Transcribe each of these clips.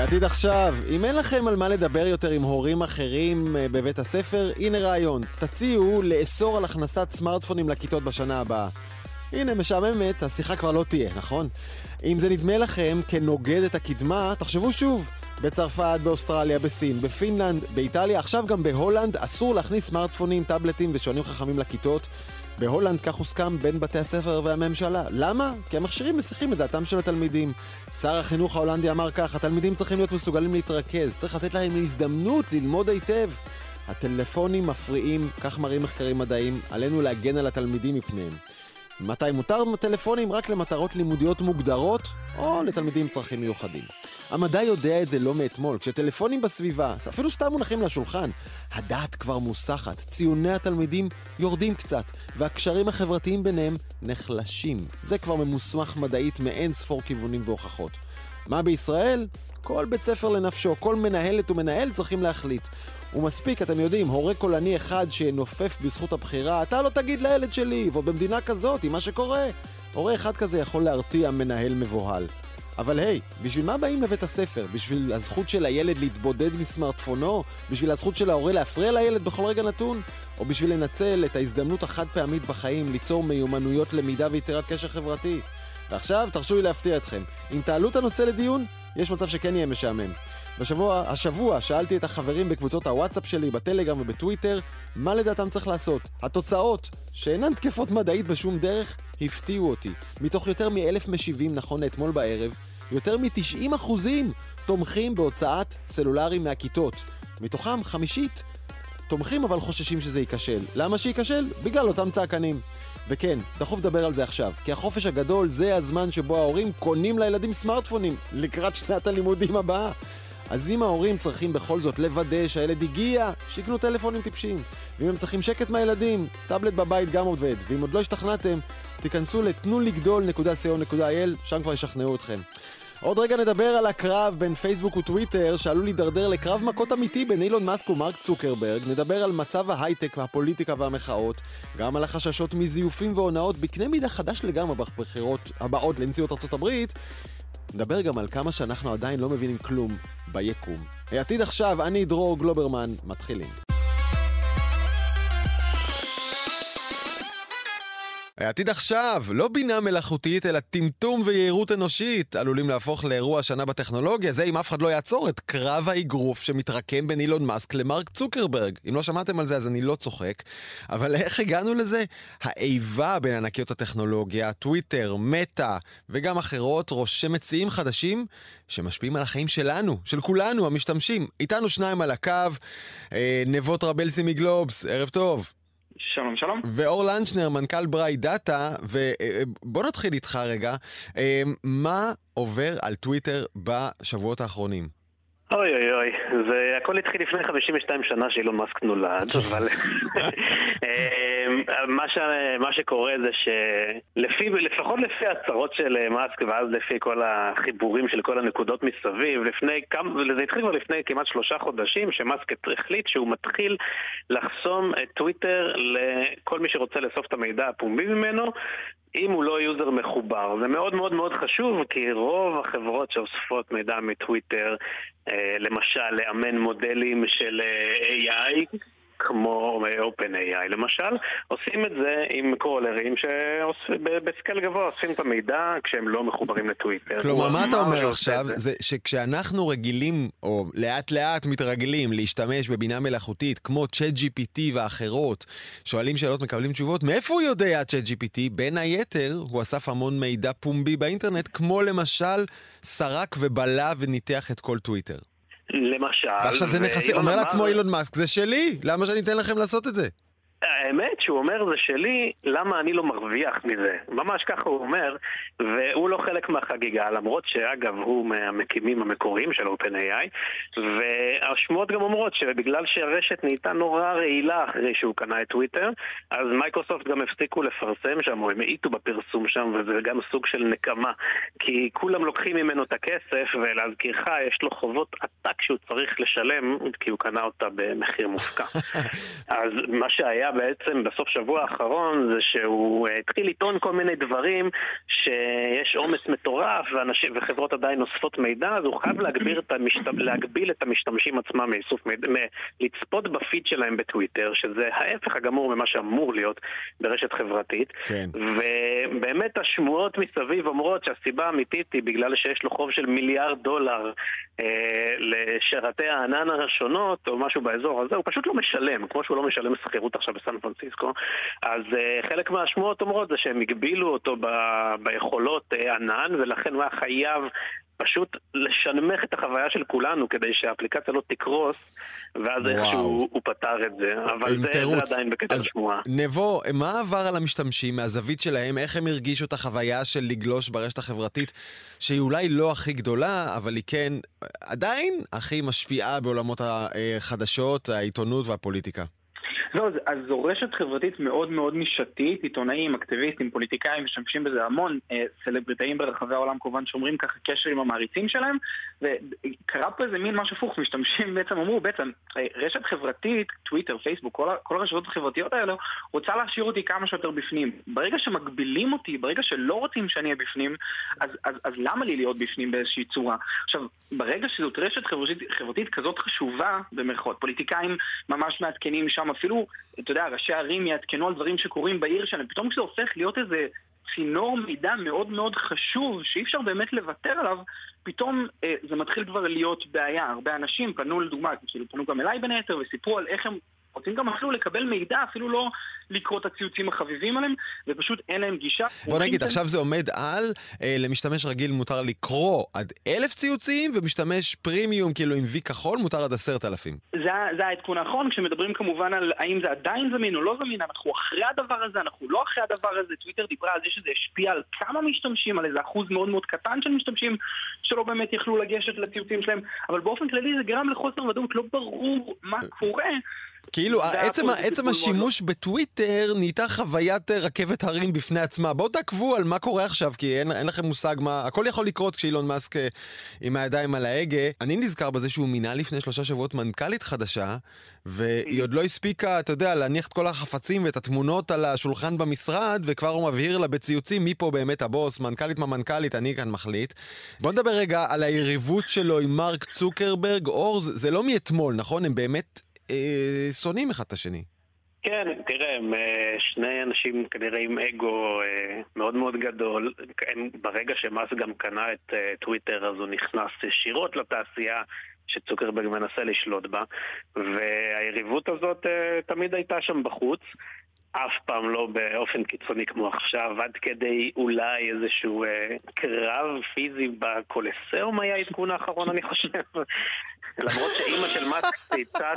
העתיד עכשיו, אם אין לכם על מה לדבר יותר עם הורים אחרים בבית הספר, הנה רעיון. תציעו לאסור על הכנסת סמארטפונים לכיתות בשנה הבאה. הנה, משעממת, השיחה כבר לא תהיה, נכון? אם זה נדמה לכם כנוגד את הקדמה, תחשבו שוב. בצרפת, באוסטרליה, בסין, בפינלנד, באיטליה, עכשיו גם בהולנד, אסור להכניס סמארטפונים, טאבלטים ושעונים חכמים לכיתות. בהולנד כך הוסכם בין בתי הספר והממשלה. למה? כי המכשירים מסיחים את דעתם של התלמידים. שר החינוך ההולנדי אמר כך, התלמידים צריכים להיות מסוגלים להתרכז, צריך לתת להם הזדמנות ללמוד היטב. הטלפונים מפריעים, כך מראים מחקרים מדעיים, עלינו להגן על התלמידים מפניהם. מתי מותר טלפונים? רק למטרות לימודיות מוגדרות, או לתלמידים עם צרכים מיוחדים. המדע יודע את זה לא מאתמול, כשטלפונים בסביבה, אפילו סתם מונחים לשולחן, הדעת כבר מוסחת, ציוני התלמידים יורדים קצת, והקשרים החברתיים ביניהם נחלשים. זה כבר ממוסמך מדעית מאין ספור כיוונים והוכחות. מה בישראל? כל בית ספר לנפשו, כל מנהלת ומנהל צריכים להחליט. ומספיק, אתם יודעים, הורה קולני אחד שנופף בזכות הבחירה, אתה לא תגיד לילד שלי, ועוד במדינה כזאת, עם מה שקורה. הורה אחד כזה יכול להרתיע מנהל מבוהל. אבל היי, בשביל מה באים לבית הספר? בשביל הזכות של הילד להתבודד מסמארטפונו? בשביל הזכות של ההורה להפריע לילד בכל רגע נתון? או בשביל לנצל את ההזדמנות החד פעמית בחיים, ליצור מיומנויות למידה ויצירת קשר חברתי? ועכשיו, תרשו לי להפתיע אתכם. אם תעלו את הנושא לדיון, יש מצב שכן יהיה משעמם. השבוע שאלתי את החברים בקבוצות הוואטסאפ שלי, בטלגרם ובטוויטר, מה לדעתם צריך לעשות. התוצאות, שאינן תקפות מדעית בשום דרך, הפתיעו אותי. מתוך יותר מ-1,000 משיבים נכון לאתמול בערב, יותר מ-90% תומכים בהוצאת סלולרי מהכיתות. מתוכם 50% תומכים אבל חוששים שזה ייכשל. למה שייכשל? בגלל אותם צעקנים. וכן, דחוף לדבר על זה עכשיו, כי החופש הגדול זה הזמן שבו ההורים קונים לילדים סמארטפונים לקראת שנת הלימודים הבאה. אז אם ההורים צריכים בכל זאת לוודא שהילד הגיע, שיקנו טלפונים טיפשים. ואם הם צריכים שקט מהילדים, טאבלט בבית גם עובד. ואם עוד לא השתכנעתם, תיכנסו לתנוligdol.co.il, שם כבר ישכנעו אתכם. עוד רגע נדבר על הקרב בין פייסבוק וטוויטר, שעלול להידרדר לקרב מכות אמיתי בין אילון מאסק ומרק צוקרברג. נדבר על מצב ההייטק והפוליטיקה והמחאות, גם על החששות מזיופים והונאות בקנה מידה חדש לגמרי בבחירות הבאות לנשיאות ארצות הברית. נדבר גם על כמה שאנחנו עדיין לא מבינים כלום ביקום. העתיד עכשיו, אני דרור גלוברמן, מתחילים. העתיד עכשיו, לא בינה מלאכותית, אלא טמטום ויעירות אנושית, עלולים להפוך לאירוע שנה בטכנולוגיה. זה אם אף אחד לא יעצור את קרב האגרוף שמתרקם בין אילון מאסק למרק צוקרברג. אם לא שמעתם על זה, אז אני לא צוחק. אבל איך הגענו לזה? האיבה בין ענקיות הטכנולוגיה, טוויטר, מטא וגם אחרות, רושמת שיאים חדשים שמשפיעים על החיים שלנו, של כולנו, המשתמשים. איתנו שניים על הקו, נבות רבלסי מגלובס, ערב טוב. שלום, שלום. ואור לנצ'נר, מנכ"ל בריי דאטה, ובוא נתחיל איתך רגע. מה עובר על טוויטר בשבועות האחרונים? אוי אוי אוי, זה הכל התחיל לפני 52 שנה שאילון מאסק נולד, אבל מה שקורה זה לפחות לפי הצהרות של מאסק ואז לפי כל החיבורים של כל הנקודות מסביב, זה התחיל כבר לפני כמעט 3 חודשים שמאסק החליט שהוא מתחיל לחסום את טוויטר לכל מי שרוצה לאסוף את המידע הפומבי ממנו, אם הוא לא יוזר מחובר. זה מאוד מאוד מאוד חשוב, כי רוב החברות שאוספות מידע מטוויטר, למשל לאמן מודלים של AI, כמו OpenAI למשל, עושים את זה עם קרולרים שבסקל גבוה עושים את המידע כשהם לא מחוברים לטוויטר. כלומר, מה אתה אומר עכשיו? זה שכשאנחנו רגילים, או לאט לאט מתרגלים להשתמש בבינה מלאכותית, כמו ChatGPT ואחרות, שואלים שאלות, מקבלים תשובות, מאיפה הוא יודע ChatGPT? בין היתר, הוא אסף המון מידע פומבי באינטרנט, כמו למשל סרק ובלה וניתח את כל טוויטר. למשל, ועכשיו זה נכסי, אומר לעצמו אילון מאסק, זה שלי, למה שאני אתן לכם לעשות את זה? האמת שהוא אומר זה שלי, למה אני לא מרוויח מזה? ממש ככה הוא אומר, והוא לא חלק מהחגיגה, למרות שאגב הוא מהמקימים המקוריים של OpenAI, והשמועות גם אומרות שבגלל שהרשת נהייתה נורא רעילה אחרי שהוא קנה את טוויטר, אז מייקרוסופט גם הפסיקו לפרסם שם, או הם העיטו בפרסום שם, וזה גם סוג של נקמה, כי כולם לוקחים ממנו את הכסף, ולהזכירך יש לו חובות עתק שהוא צריך לשלם, כי הוא קנה אותה במחיר מופקע. אז מה שהיה שהיה בעצם בסוף שבוע האחרון זה שהוא התחיל לטעון כל מיני דברים שיש עומס מטורף וחברות עדיין נוספות מידע, אז הוא חייב להגביל את המשתמשים עצמם לצפות בפיד שלהם בטוויטר, שזה ההפך הגמור ממה שאמור להיות ברשת חברתית. כן. ובאמת השמועות מסביב אומרות שהסיבה האמיתית היא בגלל שיש לו חוב של $1 מיליארד לשרתי הענן השונות או משהו באזור הזה, הוא פשוט לא משלם, כמו שהוא לא משלם שכירות עכשיו בסן פרנסיסקו. אז חלק מהשמועות אומרות זה שהם הגבילו אותו ביכולות ענן, ולכן הוא היה חייב פשוט לשנמך את החוויה של כולנו כדי שהאפליקציה לא תקרוס, ואז איכשהו הוא פתר את זה, אבל זה עדיין בקטע השמועה. נבו, מה עבר על המשתמשים מהזווית שלהם? איך הם הרגישו את החוויה של לגלוש ברשת החברתית, שהיא אולי לא הכי גדולה, אבל היא כן עדיין הכי משפיעה בעולמות החדשות, העיתונות והפוליטיקה? אז זו רשת חברתית מאוד מאוד נישתית, עיתונאים, אקטיביסטים, פוליטיקאים משתמשים בזה המון, סלבריטאים ברחבי העולם כמובן שומרים ככה קשר עם המעריצים שלהם, וקרה פה איזה מין משהו הפוך, משתמשים בעצם אמרו, רשת חברתית, טוויטר, פייסבוק, כל הרשתות החברתיות האלה, רוצה להשאיר אותי כמה שיותר בפנים. ברגע שמגבילים אותי, ברגע שלא רוצים שאני אהיה בפנים, אז למה לי להיות בפנים באיזושהי צורה? עכשיו, ברגע שזאת רשת חברתית כזאת חשובה, במרכאות, פוליטיקאים ממש מעדכנים שם, אפילו, אתה יודע, ראשי ערים יעדכנו על דברים שקורים בעיר שלהם, פתאום כשזה הופך להיות איזה צינור מידע מאוד מאוד חשוב, שאי אפשר באמת לוותר עליו, פתאום זה מתחיל כבר להיות בעיה. הרבה אנשים פנו לדוגמה, כאילו פנו גם אליי בין היתר, וסיפרו על איך הם רוצים גם אפילו לקבל מידע, אפילו לא לקרוא את הציוצים החביבים עליהם, ופשוט אין להם גישה. בוא נגיד, עכשיו זה עומד על, למשתמש רגיל מותר לקרוא עד 1,000 ציוצים, ומשתמש פרימיום, כאילו עם וי כחול, מותר עד 10,000. זה העדכון האחרון, כשמדברים כמובן על האם זה עדיין זמין או לא זמין, אנחנו אחרי הדבר הזה, אנחנו לא אחרי הדבר הזה. טוויטר דיברה על זה שזה השפיע על כמה משתמשים, על איזה אחוז מאוד מאוד קטן של משתמשים, שלא באמת יכלו לגשת לציוצים שלהם, אבל באופן כללי זה גרם לחוסר ודאות, לא ברור מה קורה. כאילו, עצם השימוש בטוויטר נהייתה חוויית רכבת הרים בפני עצמה. בואו תעקבו על מה קורה עכשיו, כי אין לכם מושג מה, הכל יכול לקרות כשאילון מאסק עם הידיים על ההגה. אני נזכר בזה שהוא מינה לפני 3 שבועות מנכ"לית חדשה, והיא עוד לא הספיקה, אתה יודע, להניח את כל החפצים ואת התמונות על השולחן במשרד, וכבר הוא מבהיר לה בציוצים מי פה באמת הבוס, מנכ"לית מה מנכ"לית, אני כאן מחליט. בואו נדבר רגע על היריבות שלו עם מרק צוקרברג. אור, זה לא מאתמול, נכון? הם באמת שונאים אחד את השני. כן, תראה, הם שני אנשים כנראה עם אגו מאוד מאוד גדול. ברגע שמאסק גם קנה את טוויטר, אז הוא נכנס ישירות לתעשייה שצוקרברג מנסה לשלוט בה, והיריבות הזאת תמיד הייתה שם בחוץ, אף פעם לא באופן קיצוני כמו עכשיו, עד כדי אולי איזשהו קרב פיזי בקולסאום היה העדכון האחרון, אני חושב. למרות שאימא של מאסק צייצה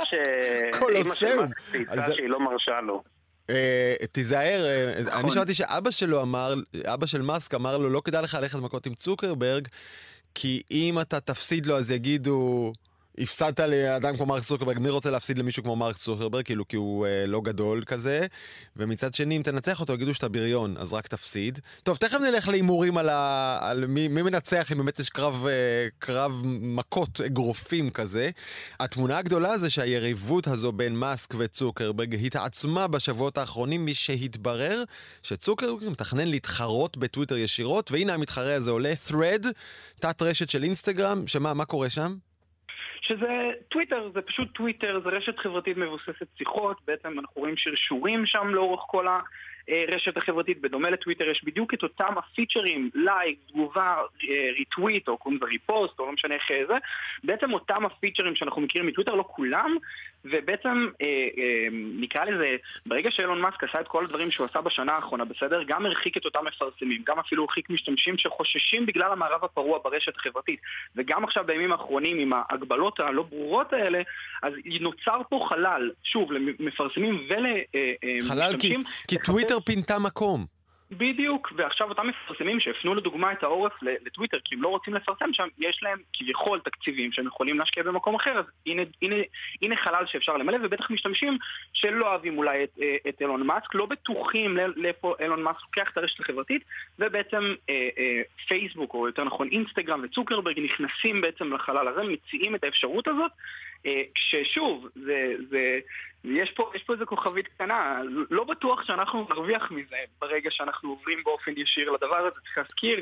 שהיא לא מרשה לו. תיזהר, אני שמעתי שאבא שלו אמר, אבא של מאסק אמר לו, לא כדאי לך ללכת מכות עם צוקרברג, כי אם אתה תפסיד לו אז יגידו, הפסדת לאדם כמו מרק צוקרברג, מי רוצה להפסיד למישהו כמו מרק צוקרברג, כאילו כי הוא לא גדול כזה, ומצד שני אם תנצח אותו יגידו שאתה בריון, אז רק תפסיד. טוב, תכף נלך להימורים על מי מנצח, אם באמת יש קרב מכות אגרופים כזה. התמונה הגדולה זה שהיריבות הזו בין מאסק וצוקרברג התעצמה בשבועות האחרונים, מי שהתברר שצוקרברג מתכנן להתחרות בטוויטר ישירות, והנה המתחרה הזה עולה, Thread, תת רשת של אינסטגרם, מה קורה שם? שזה טוויטר, זה פשוט טוויטר, זה רשת חברתית מבוססת שיחות, בעצם אנחנו רואים שרשורים שם לאורך כל הרשת החברתית, בדומה לטוויטר יש בדיוק את אותם הפיצ'רים, לייק, תגובה, ריטוויט, או קוראים לזה ריפוסט, או לא משנה איך זה, בעצם אותם הפיצ'רים שאנחנו מכירים מטוויטר, לא כולם, ובעצם נקרא לזה, ברגע שאילון מאסק עשה את כל הדברים שהוא עשה בשנה האחרונה, בסדר, גם הרחיק את אותם מפרסמים, גם אפילו הרחיק משתמשים שחוששים בגלל המערב הפרוע ברשת החברתית, וגם עכשיו בימים האחרונים עם ההגבלות הלא ברורות האלה, אז נוצר פה חלל, שוב, למפרסמים ולמשתמשים. כי טוויטר פינתה מקום. בדיוק, ועכשיו אותם מפרסמים שהפנו לדוגמה את העורף לטוויטר, כי הם לא רוצים לפרסם שם, יש להם כביכול תקציבים שהם יכולים להשקיע במקום אחר, אז הנה חלל שאפשר למלא, ובטח משתמשים שלא אוהבים אולי את אילון מאסק, לא בטוחים לאיפה אילון מאסק לוקח את הרשת החברתית, ובעצם פייסבוק, או יותר נכון אינסטגרם וצוקרברג, נכנסים בעצם לחלל הזה, מציעים את האפשרות הזאת, ששוב, יש פה איזו כוכבית קטנה, לא בטוח שאנחנו נרוויח מזה ברגע שאנחנו עוברים באופן ישיר לדבר הזה. צריך להזכיר,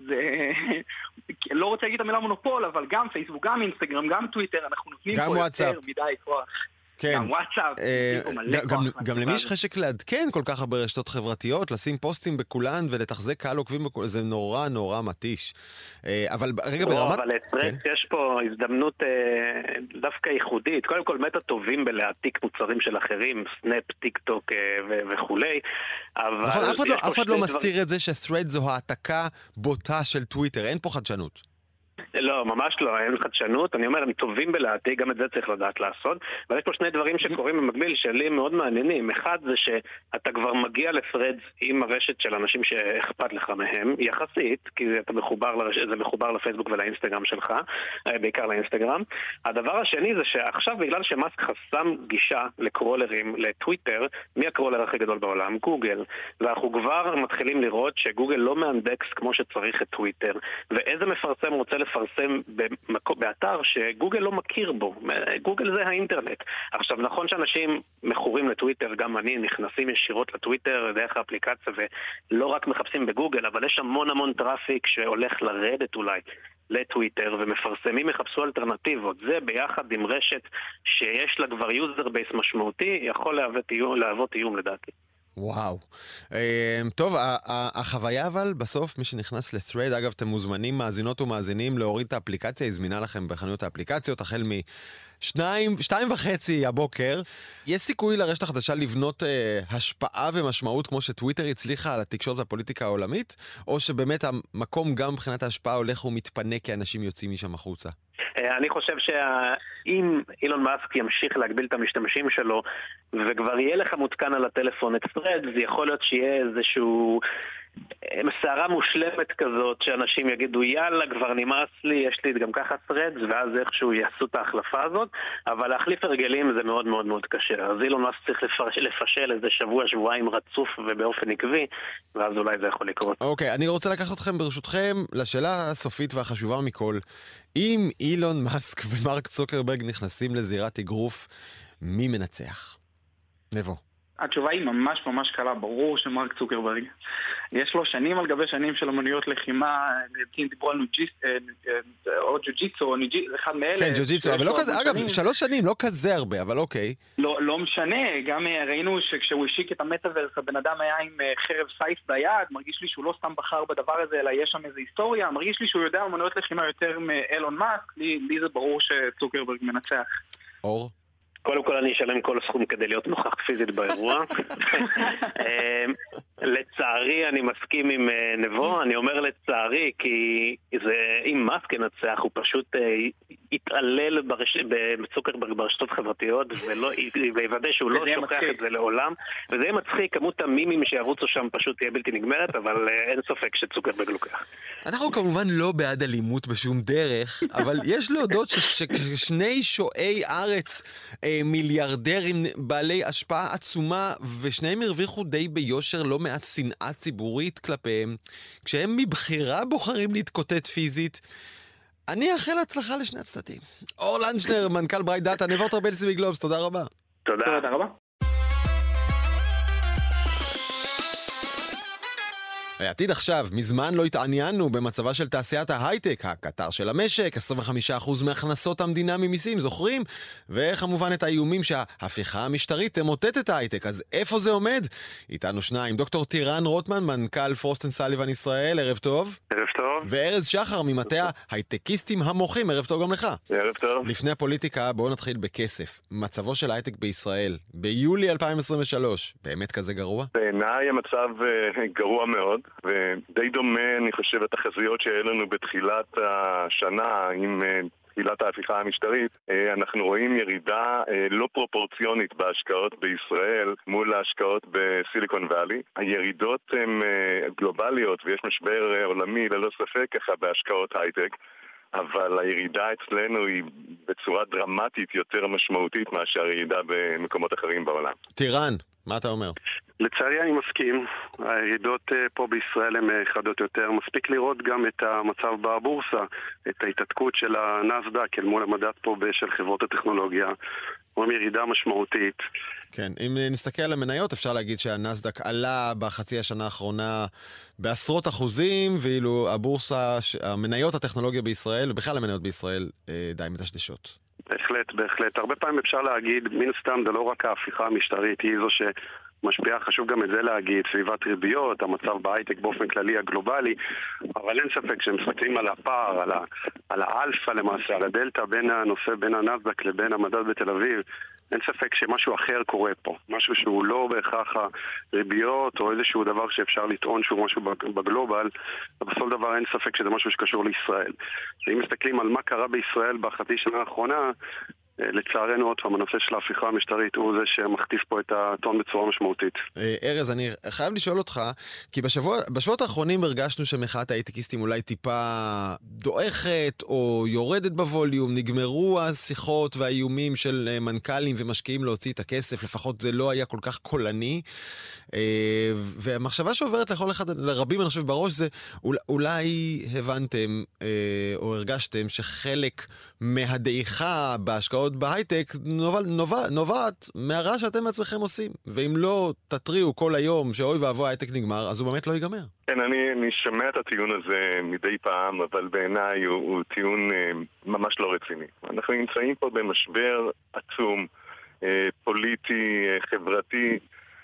לא רוצה להגיד את המילה מונופול, אבל גם פייסבוק, גם אינסטגרם, גם טוויטר, אנחנו נותנים פה יותר מדי כוח. כן. גם וואטסאפ, גם למי יש חשק לעדכן כל כך הרבה רשתות חברתיות, לשים פוסטים בכולן ולתחזק קהל עוקבים בכולן, זה נורא נורא מתיש. אבל רגע ברמת... אבל יש פה הזדמנות דווקא ייחודית. קודם כל, מטה טובים בלהעתיק מוצרים של אחרים, סנאפ, טיק טוק וכולי. נכון, אף אחד לא מסתיר את זה שת'רד זו העתקה בוטה של טוויטר, אין פה חדשנות. לא, ממש לא, אין חדשנות. אני אומר, הם טובים בלהעתיק, גם את זה צריך לדעת לעשות. אבל יש פה שני דברים שקורים במקביל שלי מאוד מעניינים. אחד זה שאתה כבר מגיע לפרדס עם הרשת של אנשים שאכפת לך מהם, יחסית, כי זה מחובר לפייסבוק ולאינסטגרם שלך, בעיקר לאינסטגרם. הדבר השני זה שעכשיו בגלל שמאסק חסם גישה לקרולרים, לטוויטר, מי הקרולר הכי גדול בעולם? גוגל. ואנחנו כבר מתחילים לראות שגוגל לא מאנדקס כמו שצריך את טוויטר. ואיזה מפרסם רוצה לפרסם באתר שגוגל לא מכיר בו. גוגל זה האינטרנט. עכשיו, נכון שאנשים מכורים לטוויטר, גם אני, נכנסים ישירות לטוויטר דרך האפליקציה ולא רק מחפשים בגוגל, אבל יש המון טראפיק שהולך לרדת אולי לטוויטר, ומפרסמים יחפשו אלטרנטיבות. זה ביחד עם רשת שיש לה כבר יוזר בייס משמעותי, יכול להוות איום לדעתי. וואו. טוב, החוויה אבל בסוף, מי שנכנס לת'רד, אגב, אתם מוזמנים, מאזינות ומאזינים, להוריד את האפליקציה, היא זמינה לכם בחנויות האפליקציות, החל מ-2:30 הבוקר. יש סיכוי לרשת החדשה לבנות השפעה ומשמעות כמו שטוויטר הצליחה על התקשורת והפוליטיקה העולמית, או שבאמת המקום גם מבחינת ההשפעה הולך ומתפנה כי אנשים יוצאים משם החוצה? אני חושב שאם אילון מאסק ימשיך להגביל את המשתמשים שלו וכבר יהיה לך מותקן על הטלפון את ת'רד, זה יכול להיות שיהיה איזשהו מסערה מושלמת כזאת שאנשים יגידו יאללה כבר נמאס לי, יש לי גם ככה ת'רד, ואז איכשהו יעשו את ההחלפה הזאת, אבל להחליף הרגלים זה מאוד מאוד מאוד קשה. אז אילון מאסק צריך לפשל איזה שבוע-שבועיים רצוף ובאופן עקבי, ואז אולי זה יכול לקרות. אוקיי, אני רוצה לקחת אתכם ברשותכם לשאלה הסופית והחשובה מכל. אם אילון מאסק ומרק צוקרברג נכנסים לזירת אגרוף, מי מנצח? נבוא. התשובה היא ממש ממש קלה, ברור שמרק צוקרברג. יש לו שנים על גבי שנים של אמנויות לחימה, דיברו על או ג'ו-ג'יצו, או אחד מאלה. כן, ג'ו-ג'יצו, אבל לא כזה, אגב, 3 שנים, לא כזה הרבה, אבל אוקיי. לא משנה, גם ראינו שכשהוא השיק את המטאברס, הבן אדם היה עם חרב סייף ביד, מרגיש לי שהוא לא סתם בחר בדבר הזה, אלא יש שם איזו היסטוריה, מרגיש לי שהוא יודע אמנויות לחימה יותר מאילון מאסק, לי זה ברור שצוקרברג מנצח. אור? קודם כל אני אשלם כל סכום כדי להיות נוכח פיזית באירוע. לצערי אני מסכים עם נבו, אני אומר לצערי כי אם מאסק ינצח הוא פשוט יתעלל בצוקרברג ברשתות חברתיות ויוודא שהוא לא שוכח את זה לעולם, וזה יהיה מצחיק, כמות המימים שירוצו שם פשוט תהיה בלתי נגמרת, אבל אין ספק שצוקרברג לוקח. אנחנו כמובן לא בעד אלימות בשום דרך, אבל יש להודות ששני שועי ארץ מיליארדרים בעלי השפעה עצומה, ושניהם הרוויחו די ביושר לא מעט שנאה ציבורית כלפיהם, כשהם מבחירה בוחרים להתקוטט פיזית. אני אאחל הצלחה לשני הצדדים. אור לנג'נר, מנכ"ל ברייט דאטה, נבו תרבל סיבי גלובס, תודה רבה. תודה רבה. העתיד עכשיו, מזמן לא התעניינו במצבה של תעשיית ההייטק, הקטר של המשק, 25% מהכנסות המדינה ממיסים, זוכרים? וכמובן את האיומים שההפיכה המשטרית תמוטט את ההייטק, אז איפה זה עומד? איתנו שניים, דוקטור טירן רוטמן, מנכ"ל פרוסט אנד סאליבן ישראל, ערב טוב. ערב טוב. וארז שחר ממטה ההייטקיסטים המוחים, ערב טוב גם לך. ערב טוב. לפני הפוליטיקה, בואו נתחיל בכסף. מצבו של ההייטק בישראל, ביולי 2023, באמת כזה גרוע? בעיניי המצב גרוע מאוד. ודי דומה, אני חושב, התחזיות שהיו לנו בתחילת השנה עם תחילת ההפיכה המשטרית. אנחנו רואים ירידה לא פרופורציונית בהשקעות בישראל מול ההשקעות בסיליקון ואלי. הירידות הן גלובליות ויש משבר עולמי ללא ספק ככה בהשקעות הייטק, אבל הירידה אצלנו היא בצורה דרמטית יותר משמעותית מאשר הירידה במקומות אחרים בעולם. טירן, מה אתה אומר? לצערי אני מסכים, הירידות פה בישראל הן חדות יותר. מספיק לראות גם את המצב בבורסה, את ההתעתקות של הנסדק אל מול המדד פה של חברות הטכנולוגיה. רואים ירידה משמעותית. כן, אם נסתכל על המניות, אפשר להגיד שהנסדק עלה בחצי השנה האחרונה בעשרות אחוזים, ואילו הבורסה, המניות הטכנולוגיה בישראל, ובכלל המניות בישראל, די מדשדשות. בהחלט, בהחלט. הרבה פעמים אפשר להגיד, מן סתם, זה לא רק ההפיכה המשטרית, היא זו משפיעה, חשוב גם את זה להגיד, סביבת ריביות, המצב בהייטק באופן כללי הגלובלי, אבל אין ספק שהם מסתכלים על הפער, על האלפא למעשה, על הדלטה בין הנושא, בין הנסדק לבין המדד בתל אביב, אין ספק שמשהו אחר קורה פה, משהו שהוא לא בהכרח הריביות או איזשהו דבר שאפשר לטעון שהוא משהו בגלובל, אבל בסוף דבר אין ספק שזה משהו שקשור לישראל. ואם מסתכלים על מה קרה בישראל בחצי שנה האחרונה, לצערנו עוד פעם, הנושא של ההפיכה המשטרית הוא זה שמכתיב פה את הטון בצורה משמעותית. ארז, אני חייב לשאול אותך, כי בשבועות האחרונים הרגשנו שמחאת ההייטקיסטים אולי טיפה דועכת או יורדת בווליום, נגמרו השיחות והאיומים של מנכ"לים ומשקיעים להוציא את הכסף, לפחות זה לא היה כל כך קולני, והמחשבה שעוברת לכל אחד, לרבים אני חושב בראש, זה אולי הבנתם או הרגשתם שחלק מהדעיכה בהשקעות בהייטק נובעת מהרע שאתם בעצמכם עושים, ואם לא תטריעו כל היום שאוי ואבוי ההייטק נגמר, אז הוא באמת לא ייגמר. כן, אני שומע את הטיעון הזה מדי פעם, אבל בעיניי הוא טיעון ממש לא רציני. אנחנו נמצאים פה במשבר עצום, פוליטי, חברתי,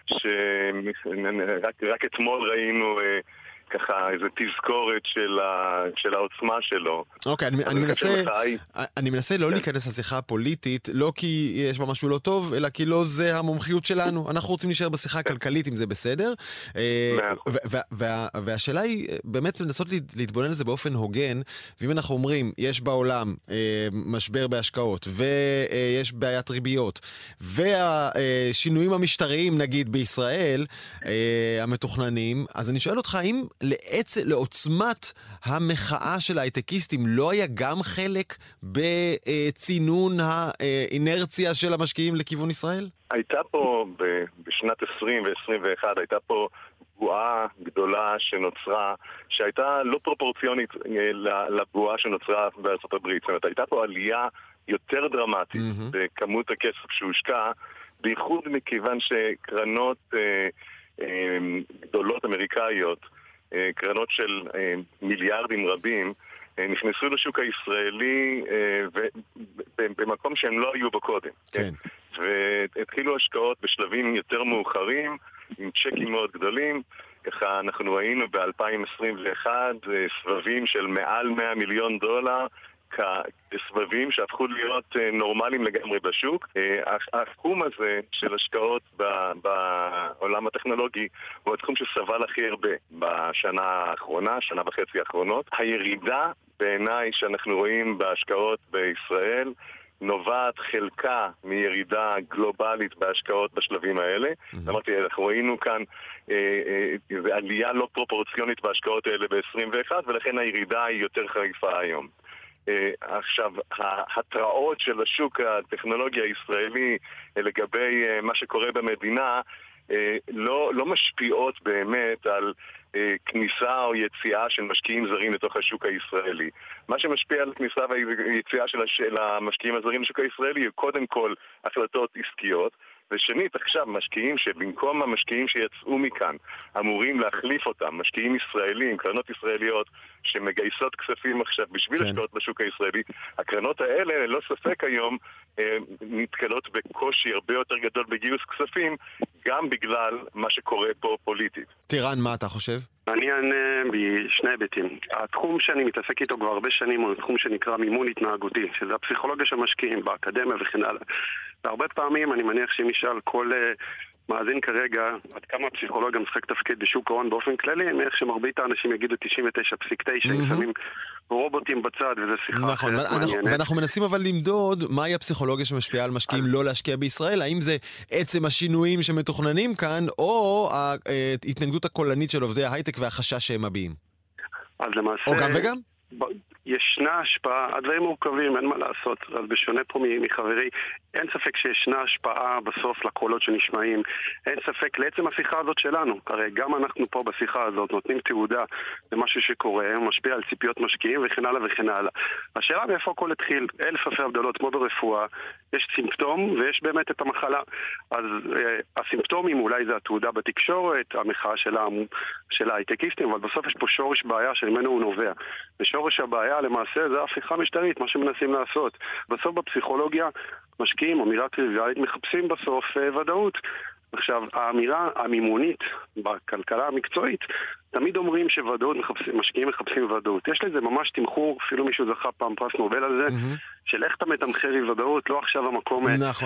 שרק אתמול ראינו ככה איזו תזכורת של העוצמה שלו. אוקיי, אני מנסה לא להיכנס לשיחה הפוליטית, לא כי יש בה משהו לא טוב, אלא כי לא זה המומחיות שלנו. אנחנו רוצים להישאר בשיחה הכלכלית, אם זה בסדר. והשאלה היא באמת לנסות להתבונן לזה באופן הוגן, ואם אנחנו אומרים, יש בעולם משבר בהשקעות, ויש בעיית ריביות, והשינויים המשטריים, נגיד, בישראל, המתוכננים, אז אני שואל אותך, האם לעוצמת המחאה של ההייטקיסטים לא היה גם חלק בצינון האינרציה של המשקיעים לכיוון ישראל? הייתה פה בשנת 20 ו-21 הייתה פה בועה גדולה שנוצרה, שהייתה לא פרופורציונית לבועה שנוצרה בארצות הברית. זאת אומרת, הייתה פה עלייה יותר דרמטית בכמות הכסף שהושקע, בייחוד מכיוון שקרנות גדולות אמריקאיות, קרנות של מיליארדים רבים, נכנסו לשוק הישראלי במקום שהם לא היו בו קודם. כן. והתחילו השקעות בשלבים יותר מאוחרים, עם צ'קים מאוד גדולים. ככה אנחנו ראינו ב-2021 סבבים של מעל $100 מיליון, כסבבים שהפכו להיות נורמליים לגמרי בשוק. התחום הזה של השקעות בעולם הטכנולוגי הוא התחום שסבל הכי הרבה בשנה האחרונה, שנה וחצי האחרונות. הירידה בעיניי שאנחנו רואים בהשקעות בישראל נובעת חלקה מירידה גלובלית בהשקעות בשלבים האלה. אמרתי, אנחנו ראינו כאן עלייה לא פרופורציונית בהשקעות האלה ב-21, ולכן הירידה היא יותר חריפה היום. עכשיו, ההתראות של השוק הטכנולוגי הישראלי לגבי מה שקורה במדינה לא משפיעות באמת על כניסה או יציאה של משקיעים זרים לתוך השוק הישראלי. מה שמשפיע על כניסה ויציאה של המשקיעים הזרים לשוק הישראלי הוא קודם כל החלטות עסקיות, ושנית, עכשיו, משקיעים שבמקום המשקיעים שיצאו מכאן אמורים להחליף אותם, משקיעים ישראלים, קרנות ישראליות שמגייסות כספים עכשיו בשביל השקעות בשוק הישראלי, הקרנות האלה, ללא ספק היום, נתקלות בקושי הרבה יותר גדול בגיוס כספים, גם בגלל מה שקורה פה פוליטית. טירן, מה אתה חושב? אני אענה בשני היבטים. התחום שאני מתעסק איתו כבר הרבה שנים הוא תחום שנקרא מימון התנהגותי, שזה הפסיכולוגיה של משקיעים באקדמיה וכן הלאה. והרבה פעמים אני מניח שאם נשאל כל מאזין כרגע עד כמה הפסיכולוגיה משחק תפקיד בשוק ההון באופן כללי, אני מניח שמרבית האנשים יגידו 99.9, שמים רובוטים בצד, וזה שיחה אחרת מעניינת. ואנחנו מנסים אבל למדוד מהי הפסיכולוגיה שמשפיעה על משקיעים לא להשקיע בישראל, האם זה עצם השינויים שמתוכננים כאן, או ההתנגדות הקולנית של עובדי ההייטק והחשש שהם מביעים? אז למעשה... או גם וגם? ישנה השפעה, הדברים מורכבים, אין מה לעשות, אז בשונה פה מחברי, אין ספק שישנה השפעה בסוף לקולות שנשמעים, אין ספק לעצם השיחה הזאת שלנו, הרי גם אנחנו פה בשיחה הזאת נותנים תעודה למשהו שקורה, משפיע על ציפיות משקיעים וכן הלאה וכן הלאה. השאלה מאיפה הכל התחיל, אלף אלפי הבדלות כמו ברפואה, יש סימפטום ויש באמת את המחלה, אז הסימפטומים אולי זה התעודה בתקשורת, המחאה של ההייטקיסטים, אבל בסוף יש פה שורש בעיה שממנו הוא נובע, ושורש הבעיה למעשה זה ההפיכה המשטרית, מה שמנסים לעשות. בסוף בפסיכולוגיה משקיעים, אמירה טריוויאלית, מחפשים בסוף ודאות. עכשיו, האמירה המימונית בכלכלה המקצועית, תמיד אומרים שוודאות משקיעים מחפשים ודאות. יש לזה ממש תמחור, אפילו מישהו זכה פעם פרס נובל על זה, של איך אתה מתמחר ודאות, לא עכשיו המקום נכון.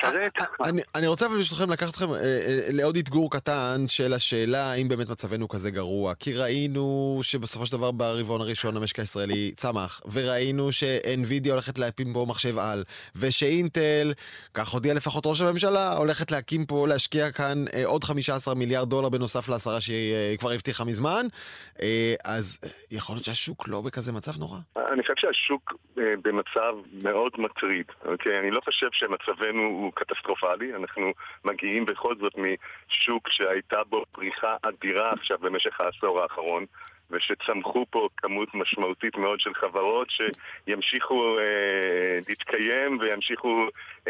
אני רוצה ברשותכם לקחת אתכם לעוד אתגור קטן של השאלה האם באמת מצבנו כזה גרוע, כי ראינו שבסופו של דבר ברבעון הראשון המשק הישראלי צמח, וראינו שאנווידיה הולכת להקים פה מחשב על, ושאינטל, כך הודיע לפחות ראש הממשלה, הולכת להקים פה, להשקיע כאן עוד 15 מיליארד דולר בנוסף ל10 שהיא כבר הבטיחה מזמן, אז יכול להיות שהשוק לא בכזה מצב נורא? אני חושב שהשוק במצב מאוד מטריד, אוקיי? אני לא חושב שמצבנו הוא קטסטרופלי, אנחנו מגיעים בכל זאת משוק שהייתה בו פריחה אדירה עכשיו במשך העשור האחרון, ושצמחו פה כמות משמעותית מאוד של חברות שימשיכו להתקיים וימשיכו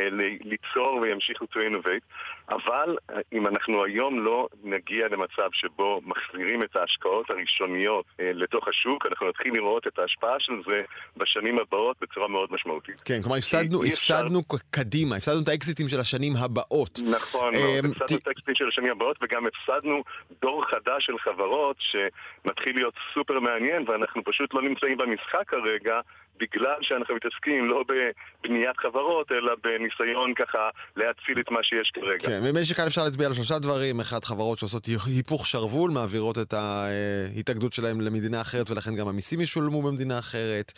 ליצור וימשיכו to innovate. אבל אם אנחנו היום לא נגיע למצב שבו מחזירים את ההשקעות הראשוניות לתוך השוק, אנחנו נתחיל לראות את ההשפעה של זה בשנים הבאות בצורה מאוד משמעותית. כן, כלומר הפסדנו קדימה, הפסדנו את האקזיטים של השנים הבאות. נכון, הפסדנו את האקזיטים של השנים הבאות וגם הפסדנו דור חדש של חברות שמתחיל להיות סופר מעניין, ואנחנו פשוט לא נמצאים במשחק כרגע בגלל שאנחנו מתעסקים לא בבניית חברות, אלא בניסיון ככה להציל את מה שיש כרגע. כן, במשך כאן אפשר להצביע על 3 דברים. אחד, חברות שעושות היפוך שרוול, מעבירות את ההתאגדות שלהם למדינה אחרת, ולכן גם המיסים ישולמו במדינה אחרת.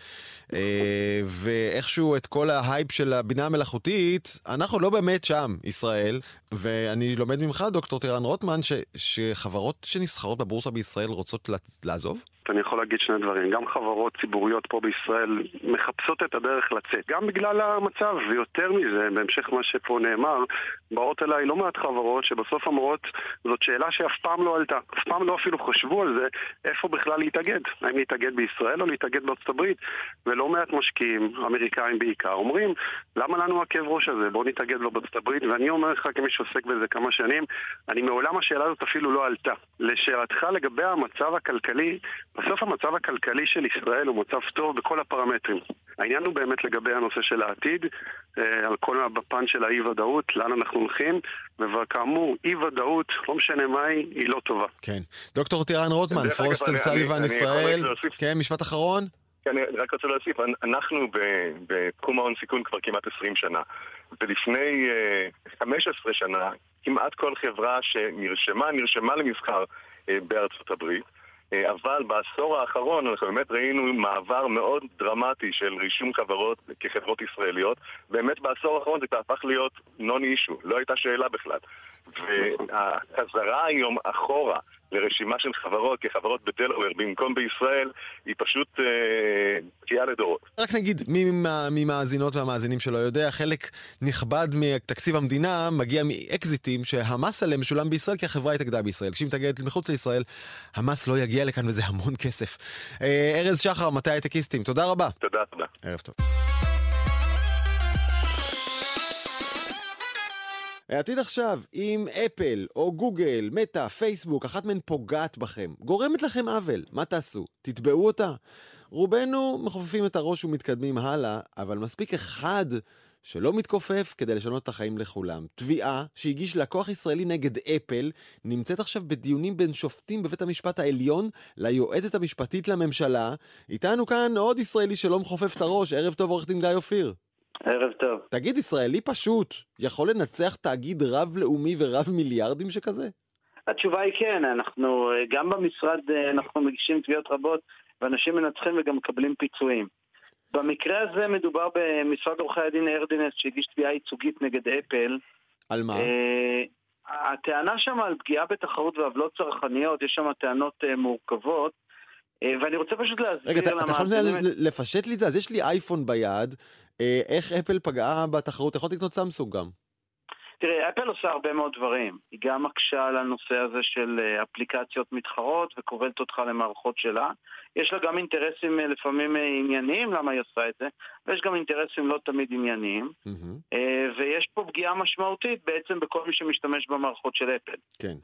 ואיכשהו את כל ההייפ של הבינה המלאכותית, אנחנו לא באמת שם, ישראל, ואני לומד ממך, דוקטור טירן רוטמן, שחברות שנסחרות בבורסה בישראל רוצות לעזוב? אני יכול להגיד שני דברים. גם חברות ציבוריות פה בישראל מחפשות את הדרך לצאת. גם בגלל המצב, ויותר מזה, בהמשך מה שפה נאמר, באות אליי לא מעט חברות שבסוף אמרות, זאת שאלה שאף פעם לא עלתה. אף פעם לא אפילו חשבו על זה, איפה בכלל להתאגד. האם להתאגד בישראל או להתאגד בארצות הברית. ולא מעט משקיעים, אמריקאים בעיקר, אומרים, למה לנו הכאב ראש הזה? בואו נתאגד בארצות הברית. ואני אומר לך, כמי שעוסק בזה כמה שנים, אני מעולם השאלה הזאת אפילו לא עלתה. לשאלתך לגבי המצב הכלכלי, בסוף המצב הכלכלי של ישראל הוא מצב טוב בכל הפרמטרים. העניין הוא באמת לגבי הנושא של העתיד, על כל בפן של האי-ודאות, לאן אנחנו הולכים, וכאמור, אי-ודאות, לא משנה מה היא לא טובה. כן. דוקטור טירן רוטמן, פרוסט אנד סאליבן ישראל. כן, משפט אחרון? אני רק רוצה להוסיף, אנחנו בתחום ההון סיכון כבר כמעט 20 שנה, ולפני 15 שנה, כמעט כל חברה נרשמה למסחר בארצות הברית, אבל בעשור האחרון אנחנו באמת ראינו מעבר מאוד דרמטי של רישום חברות כחברות ישראליות. באמת בעשור האחרון זה הפך להיות non-issue, לא הייתה שאלה בכלל. והחזרה היום אחורה לרשימה של חברות כחברות בדלוור במקום בישראל היא פשוט תקיעה לדורות. רק נגיד, מי מהמאזינות והמאזינים שלא יודע, חלק נכבד מתקציב המדינה מגיע מאקזיטים שהמס עליהם משולם בישראל כי החברה התאגדה בישראל. כשהיא מתאגדת מחוץ לישראל, המס לא יגיע לכאן וזה המון כסף. ארז שחר, מטה הייטקיסטים, תודה רבה. תודה. ערב טוב. העתיד עכשיו, אם אפל או גוגל, מטה, פייסבוק, אחת מהן פוגעת בכם, גורמת לכם עוול, מה תעשו? תתבעו אותה? רובנו מחופפים את הראש ומתקדמים הלאה, אבל מספיק אחד שלא מתכופף כדי לשנות את החיים לכולם. תביעה שהגיש לקוח ישראלי נגד אפל נמצאת עכשיו בדיונים בין שופטים בבית המשפט העליון ליועצת המשפטית לממשלה. איתנו כאן עוד ישראלי שלא מחופף את הראש. ערב טוב, עורך דין גיא אופיר. ערב טוב. תגיד, ישראלי פשוט יכול לנצח תאגיד רב-לאומי ורב מיליארדים שכזה? התשובה היא כן, אנחנו גם במשרד אנחנו מגישים תביעות רבות ואנשים מנצחים וגם מקבלים פיצויים. במקרה הזה מדובר במשרד עורכי הדין ארדינס שהגיש תביעה ייצוגית נגד אפל. על מה? הטענה שם על פגיעה בתחרות ועוולות צרכניות, יש שם טענות מורכבות. ואני רוצה פשוט להסביר... רגע, אתה יכול לפשט לי את זה? אז יש לי אייפון ביד, איך אפל פגעה בתחרות? יכול לקנות סמסונג גם. תראה, אפל עושה הרבה מאוד דברים. היא גם מקשה על הנושא הזה של אפליקציות מתחרות וכובלת אותך למערכות שלה. יש לה גם אינטרסים לפעמים ענייניים, למה היא עושה את זה, ויש גם אינטרסים לא תמיד ענייניים, ויש פה פגיעה משמעותית בעצם בכל מי שמשתמש במערכות של אפל. כן.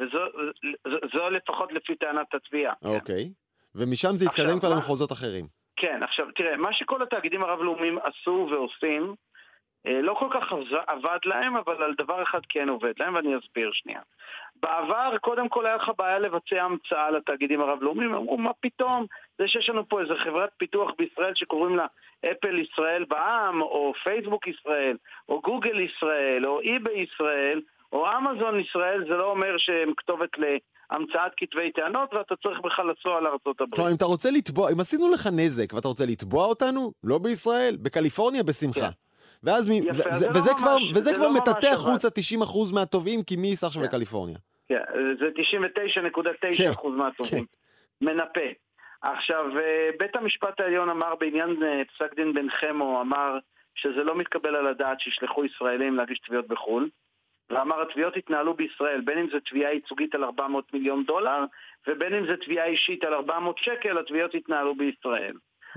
וזו לפחות לפי טענת התביעה. אוקיי. ומשם זה יתקדם כבר למחוזות אחרים. כן, עכשיו תראה, מה שכל התאגידים הרב-לאומיים עשו ועושים, לא כל כך עבד להם, אבל על דבר אחד כן עובד להם, ואני אסביר שנייה. בעבר, קודם כל היה לך בעיה לבצע המצאה לתאגידים הרב-לאומיים, אמרו, מה פתאום? זה שיש לנו פה איזה חברת פיתוח בישראל שקוראים לה אפל ישראל בעם, או פייסבוק ישראל, או גוגל ישראל, או איבי ישראל, או אמזון ישראל, זה לא אומר שהם כתובת להמצאת כתבי טענות, ואתה צריך בכלל לנסוע לארצות הברית. כלומר, אם אתה רוצה לתבוע, אם עשינו לך נזק, ואתה רוצה לתבוע אותנו, לא בישראל, בקליפורניה בשמחה. ואז וזה כבר מטאטא חוץ 90% מהטובים, כי מי ייסע עכשיו לקליפורניה? כן, זה 99.9% מהטובים. מנפה. עכשיו, בית המשפט העליון אמר בעניין פסק דין בן חמו, אמר שזה לא מתקבל על הדעת שישלחו ישראלים להגיש תביעות בחו"ל, ואמר התביעות התנהלו בישראל, בין אם זה תביעה ייצוגית על $400 מיליון, ובין אם זה תביעה אישית על 400 שקל, התביעות התנהלו בישראל.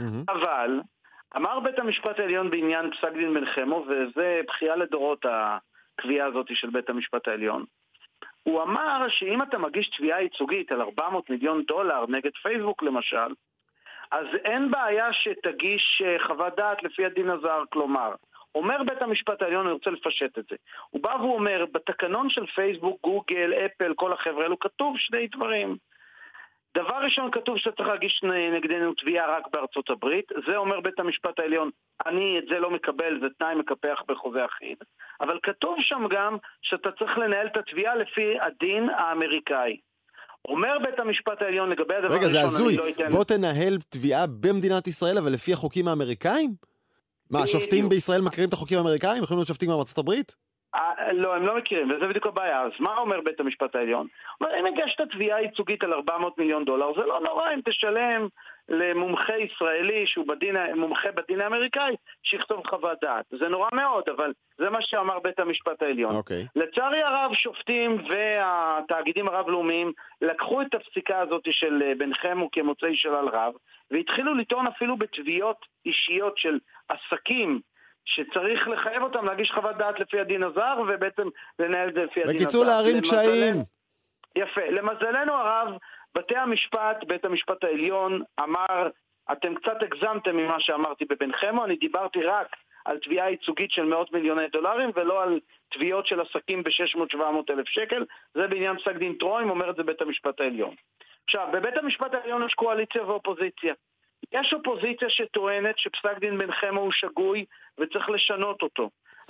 אבל אמר בית המשפט העליון בעניין פסק דין בן חמו, וזה בחייה לדורות הקביעה הזאת של בית המשפט העליון. הוא אמר שאם אתה מגיש תביעה ייצוגית על $400 מיליון נגד פייסבוק למשל, אז אין בעיה שתגיש חוות דעת לפי הדין הזר, כלומר, אומר בית המשפט העליון, אני רוצה לפשט את זה. הוא בא והוא אומר, בתקנון של פייסבוק, גוגל, אפל, כל החבר'ה האלו, כתוב שני דברים. דבר ראשון, כתוב שאתה צריך להגיש נגדנו תביעה רק בארצות הברית. זה אומר בית המשפט העליון, אני את זה לא מקבל, זה תנאי מקפח בחוזה אחיד. אבל כתוב שם גם שאתה צריך לנהל את התביעה לפי הדין האמריקאי. אומר בית המשפט העליון לגבי הדבר רגע, ראשון, זה הזוי. לא בוא תנהל תביעה במדינת ישראל, אבל לפי החוקים האמריקאים? מה, השופטים בישראל מכירים את החוקים האמריקאים? יכולים להיות שופטים בארצות הברית? לא, הם לא מכירים, וזה בדיוק הבעיה. אז מה אומר בית המשפט העליון? אם הגשת תביעה ייצוגית על $400 מיליון, זה לא נורא אם תשלם למומחה ישראלי שהוא מומחה בדין האמריקאי, שיכתוב חוות דעת. זה נורא מאוד, אבל זה מה שאמר בית המשפט העליון. לצערי הרב, שופטים והתאגידים הרב-לאומיים לקחו את הפסיקה הזאת של בן חמו כמוצאי שלל רב, והתחילו לטעון אפילו בתביעות אישיות של עסקים, שצריך לחייב אותם להגיש חוות דעת לפי הדין הזר, ובעצם לנהל את זה לפי הדין הזר. בקיצור, להרים קשיים. יפה. למזלנו הרב, בתי המשפט, בית המשפט העליון, אמר, אתם קצת הגזמתם ממה שאמרתי בבן חמו, אני דיברתי רק על תביעה ייצוגית של $100 מיליון, ולא על תביעות של עסקים ב-600-700 אלף שקל, זה בעניין פסק דין טרוים, אומר את זה בית המשפט העליון. עכשיו, בבית המשפט העליון יש קואליציה ואופוזיציה. יש אופוזיציה שטוענת שפסק דין בן חמו הוא שגוי וצריך לשנות אותו.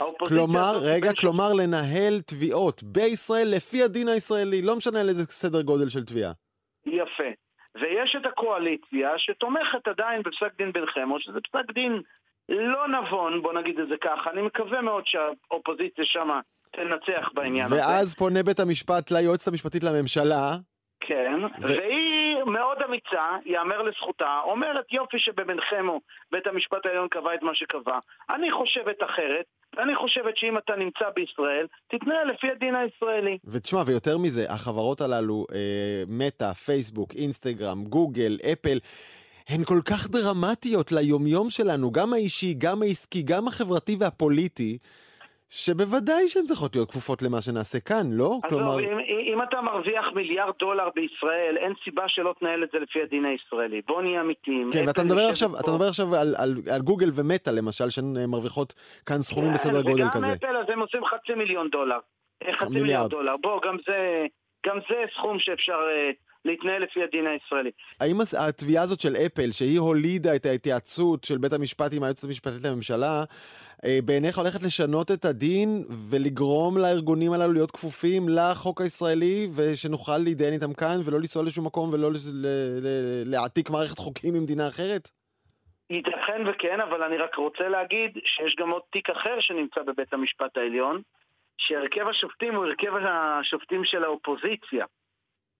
כלומר לנהל תביעות בישראל לפי הדין הישראלי, לא משנה על איזה סדר גודל של תביעה. יפה. ויש את הקואליציה שתומכת עדיין בפסק דין בן חמו, שזה פסק דין לא נבון, בוא נגיד את זה ככה. אני מקווה מאוד שהאופוזיציה שמה תנצח בעניין הזה. ואז פונה בית המשפט ליועצת המשפטית לממשלה. כן, והיא מאוד אמיצה, יאמר לזכותה, אומרת יופי שבבן חמו בית המשפט העליון קבע את מה שקבע. אני חושבת אחרת, ואני חושבת שאם אתה נמצא בישראל, תתנהל לפי הדין הישראלי. ותשמע, ויותר מזה, החברות הללו, מטה, פייסבוק, אינסטגרם, גוגל, אפל, הן כל כך דרמטיות ליומיום שלנו, גם האישי, גם העסקי, גם החברתי והפוליטי, שבוודאי שהן צריכות להיות כפופות למה שנעשה כאן, לא? אז כלומר... אם אתה מרוויח $1 מיליארד בישראל, אין סיבה שלא תנהל את זה לפי הדין הישראלי. בוא נהיה אמיתיים. כן, ואתה מדבר עכשיו על גוגל ומטה, למשל, שהן מרוויחות כאן סכומים בסדר גודל כזה. וגם אפל, אז הם עושים $500 מיליון. $500 מיליון. בוא, גם זה סכום שאפשר להתנהל לפי הדין הישראלי. האם התביעה הזאת של אפל, שהיא הולידה את ההתייעצות של בית המשפט עם היועצת המשפטית לממשלה, בעיניך הולכת לשנות את הדין ולגרום לארגונים הללו להיות כפופים לחוק הישראלי, ושנוכל להידיין איתם כאן ולא לנסוע לשום מקום ולא להעתיק מערכת חוקים ממדינה אחרת? ייתכן וכן, אבל אני רק רוצה להגיד שיש גם עוד תיק אחר שנמצא בבית המשפט העליון, שהרכב השופטים הוא הרכב השופטים של האופוזיציה.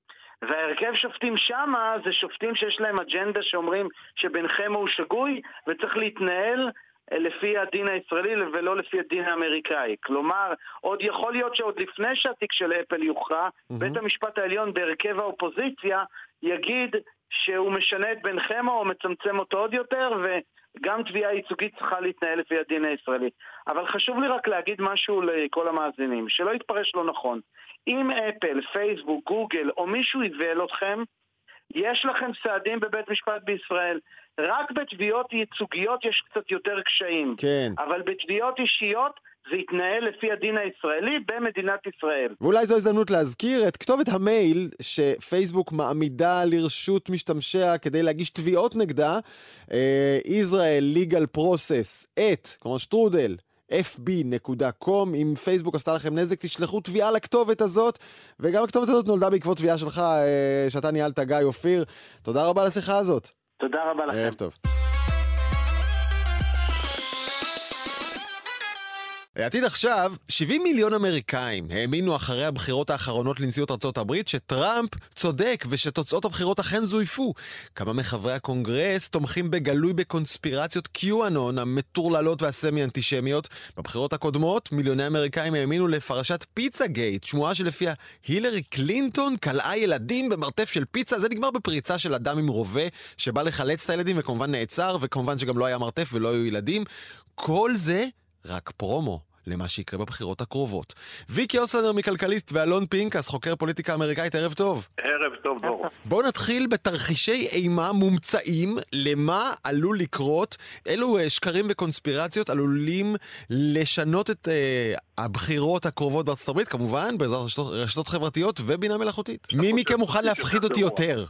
וההרכב שופטים שמה זה שופטים שיש להם אג'נדה שאומרים שבינכם הוא שגוי וצריך להתנהל לפי הדין הישראלי ולא לפי הדין האמריקאי. כלומר, עוד יכול להיות שעוד לפני שהתיק של אפל יוכרע, בית המשפט העליון בהרכב האופוזיציה יגיד שהוא משנה את בינכם או מצמצם אותו עוד יותר, וגם תביעה ייצוגית צריכה להתנהל לפי הדין הישראלי. אבל חשוב לי רק להגיד משהו לכל המאזינים, שלא יתפרש לא נכון. אם אפל, פייסבוק, גוגל או מישהו יבהל אתכם, יש לכם סעדים בבית משפט בישראל. רק בתביעות ייצוגיות יש קצת יותר קשיים. כן. אבל בתביעות אישיות זה יתנהל לפי הדין הישראלי במדינת ישראל. ואולי זו הזדמנות להזכיר את כתובת המייל שפייסבוק מעמידה לרשות משתמשיה כדי להגיש תביעות נגדה, Israel Legal Process כלומר שטרודל fb.com. אם פייסבוק עשתה לכם נזק, תשלחו תביעה לכתובת הזאת, וגם הכתובת הזאת נולדה בעקבות תביעה שלך שאתה ניהלת, גיא אופיר. תודה רבה לשיחה הזאת. תודה רבה לכם. ערב טוב. עתיד עכשיו, 70 מיליון אמריקאים האמינו אחרי הבחירות האחרונות לנשיאות ארצות הברית שטראמפ צודק ושתוצאות הבחירות אכן זויפו. כמה מחברי הקונגרס תומכים בגלוי בקונספירציות QAnon המטורללות והסמי-אנטישמיות. בבחירות הקודמות, מיליוני אמריקאים האמינו לפרשת פיצה גייט, שמועה שלפיה הילרי קלינטון קלעה ילדים במרתף של פיצה. זה נגמר בפריצה של אדם עם רובה שבא לחלץ את הילדים וכמובן נעצר, וכמובן שגם לא היה מרתף ולא היו ילדים. כל זה רק פרומו למה שיקרה בבחירות הקרובות. ויקי אוסלנדר מכלכליסט ואלון פינקס, חוקר פוליטיקה אמריקאית, ערב טוב. ערב טוב, דור. בואו נתחיל בתרחישי אימה מומצאים למה עלול לקרות. אילו שקרים וקונספירציות עלולים לשנות את הבחירות הקרובות בארצות הברית, כמובן בעזרת רשתות חברתיות ובינה מלאכותית. מי מכם מוכן להפחיד אותי יותר?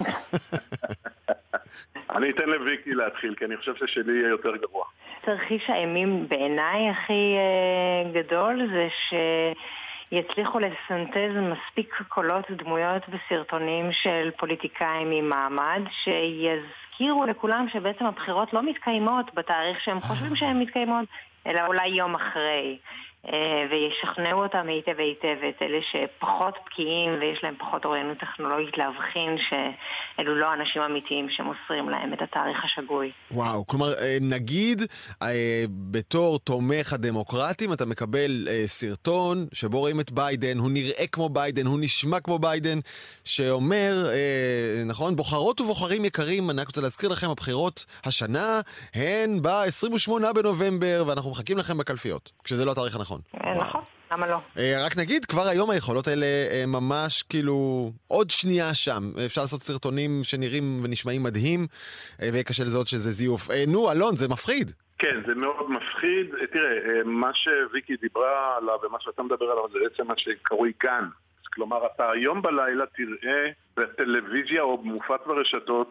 אני אתן לוויקי להתחיל, כי אני חושב ששלי יהיה יותר גרוע. תרחיש האימים בעיניי הכי גדול זה שיצליחו לסנטז מספיק קולות ודמויות בסרטונים של פוליטיקאים עם מעמד שיזכירו לכולם שבעצם הבחירות לא מתקיימות בתאריך שהם חושבים שהן מתקיימות, אלא אולי יום אחרי. וישכנעו אותם היטב היטב את אלה שפחות בקיאים ויש להם פחות אוריינות טכנולוגית להבחין שאלו לא אנשים אמיתיים שמוסרים להם את התאריך השגוי. וואו, כלומר נגיד בתור תומך הדמוקרטים אתה מקבל סרטון שבו רואים את ביידן, הוא נראה כמו ביידן, הוא נשמע כמו ביידן, שאומר, נכון, בוחרות ובוחרים יקרים, אני רוצה להזכיר לכם, הבחירות השנה הן ב-28 בנובמבר ואנחנו מחכים לכם בקלפיות, כשזה לא התאריך הנכון. נכון, למה לא? רק נגיד, כבר היום היכולות האלה ממש כאילו עוד שנייה שם. אפשר לעשות סרטונים שנראים ונשמעים מדהים, ויהיה קשה לזהות שזה זיוף. נו, אלון, זה מפחיד. כן, זה מאוד מפחיד. תראה, מה שוויקי דיברה עליו ומה שאתה מדבר עליו זה בעצם מה שקרוי גן. כלומר, אתה היום בלילה תראה בטלוויזיה או במופץ ברשתות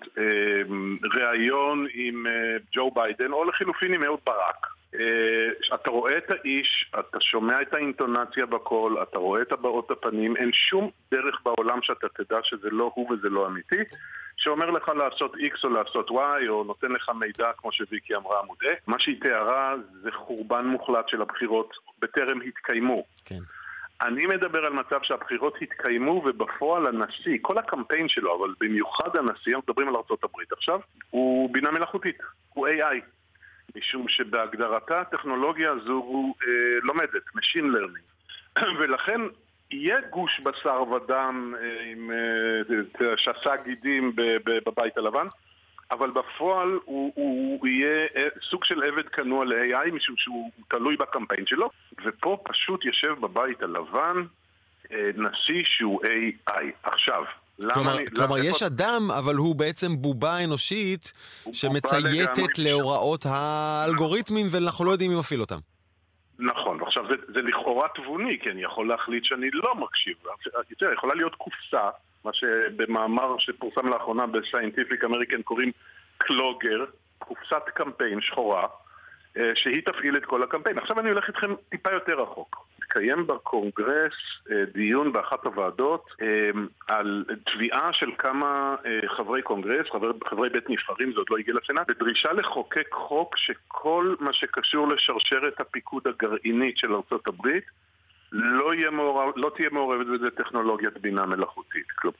ראיון עם ג'ו ביידן או לחילופין עם אהוד ברק. אתה רואה את האיש, אתה שומע את האינטונציה בקול, אתה רואה את הבעות הפנים, אין שום דרך בעולם שאתה תדע שזה לא הוא וזה לא אמיתי, שאומר לך לעשות X או לעשות Y או נותן לך מידע כמו שוויקי אמרה מודעה. מה שהיא תיארה זה חורבן מוחלט של הבחירות בטרם התקיימו. כן. אני מדבר על מצב שהבחירות התקיימו ובפועל הנשיא, כל הקמפיין שלו, אבל במיוחד הנשיא, אנחנו מדברים על ארצות הברית עכשיו, הוא בינה מלאכותית, הוא AI. משום שבהגדרתה הטכנולוגיה הזו לומדת, Machine Learning. ולכן יהיה גוש בשר ודם עם שעשה גידים בבית הלבן, אבל בפועל הוא יהיה סוג של עבד כנוע ל-AI, משום שהוא תלוי בקמפיין שלו, ופה פשוט יושב בבית הלבן נשיא שהוא AI. עכשיו, כלומר יש אדם, אבל הוא בעצם בובה אנושית שמצייתת להוראות האלגוריתמים ואנחנו לא יודעים מי מפעיל אותם. נכון, ועכשיו זה לכאורה תבוני, כי אני יכול להחליט שאני לא מקשיב. יכולה להיות קופסה, מה שבמאמר שפורסם לאחרונה בסיינטיפיק אמריקן קוראים קלוגר, קופסת קמפיין שחורה, שהיא תפעיל את כל הקמפיין. עכשיו אני הולך איתכם טיפה יותר רחוק. התקיים בקונגרס דיון באחת הוועדות על תביעה של כמה חברי קונגרס, חברי בית נבחרים, זה עוד לא הגיע לסנאט, בדרישה לחוקק חוק שכל מה שקשור לשרשרת הפיקוד הגרעינית של ארצות הברית לא תהיה מעורבת בזה טכנולוגיית בינה מלאכותית.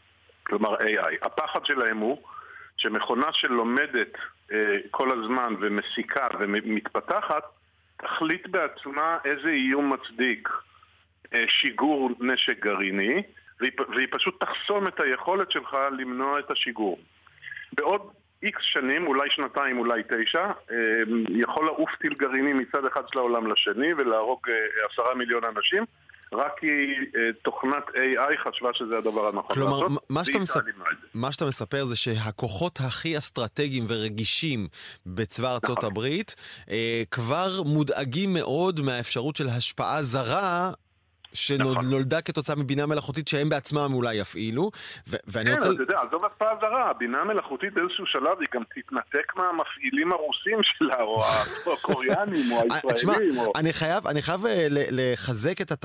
כלומר AI. הפחד שלהם הוא שמכונה שלומדת כל הזמן ומסיקה ומתפתחת, תחליט בעצמה איזה איום מצדיק שיגור נשק גרעיני, והיא פשוט תחסום את היכולת שלך למנוע את השיגור. בעוד X שנים, אולי שנתיים, אולי 9, יכול לעוף טיל גרעיני מצד אחד של העולם לשני ולהרוג 10 מיליון אנשים, רק כי תוכנת AI חשבה שזה הדבר הנכון. כלומר, מה שאתה מספר זה שהכוחות הכי אסטרטגיים ורגישים בצבא ארצות הברית כבר מודאגים מאוד מהאפשרות של השפעה זרה שנולדה כתוצאה מבינה מלאכותית שהם בעצמם אולי יפעילו, ואני רוצה... אתה יודע, זו השפעה זרה, הבינה המלאכותית באיזשהו שלב היא גם תתנתק מהמפעילים הרוסים שלה, או הקוריאנים, או הישראלים. אני חייב לחזק את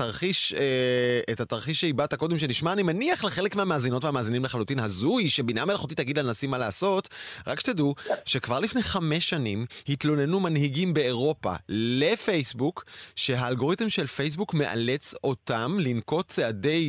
התרחיש שהיבאת קודם שנשמע, אני מניח לחלק מהמאזינות והמאזינים לחלוטין הזוי, שבינה מלאכותית תגיד לנסים מה לעשות, רק שתדעו שכבר לפני 5 שנים התלוננו מנהיגים באירופה לפייסבוק, שהאלגוריתם של פייסבוק מאלץ אותם לנקוט צעדי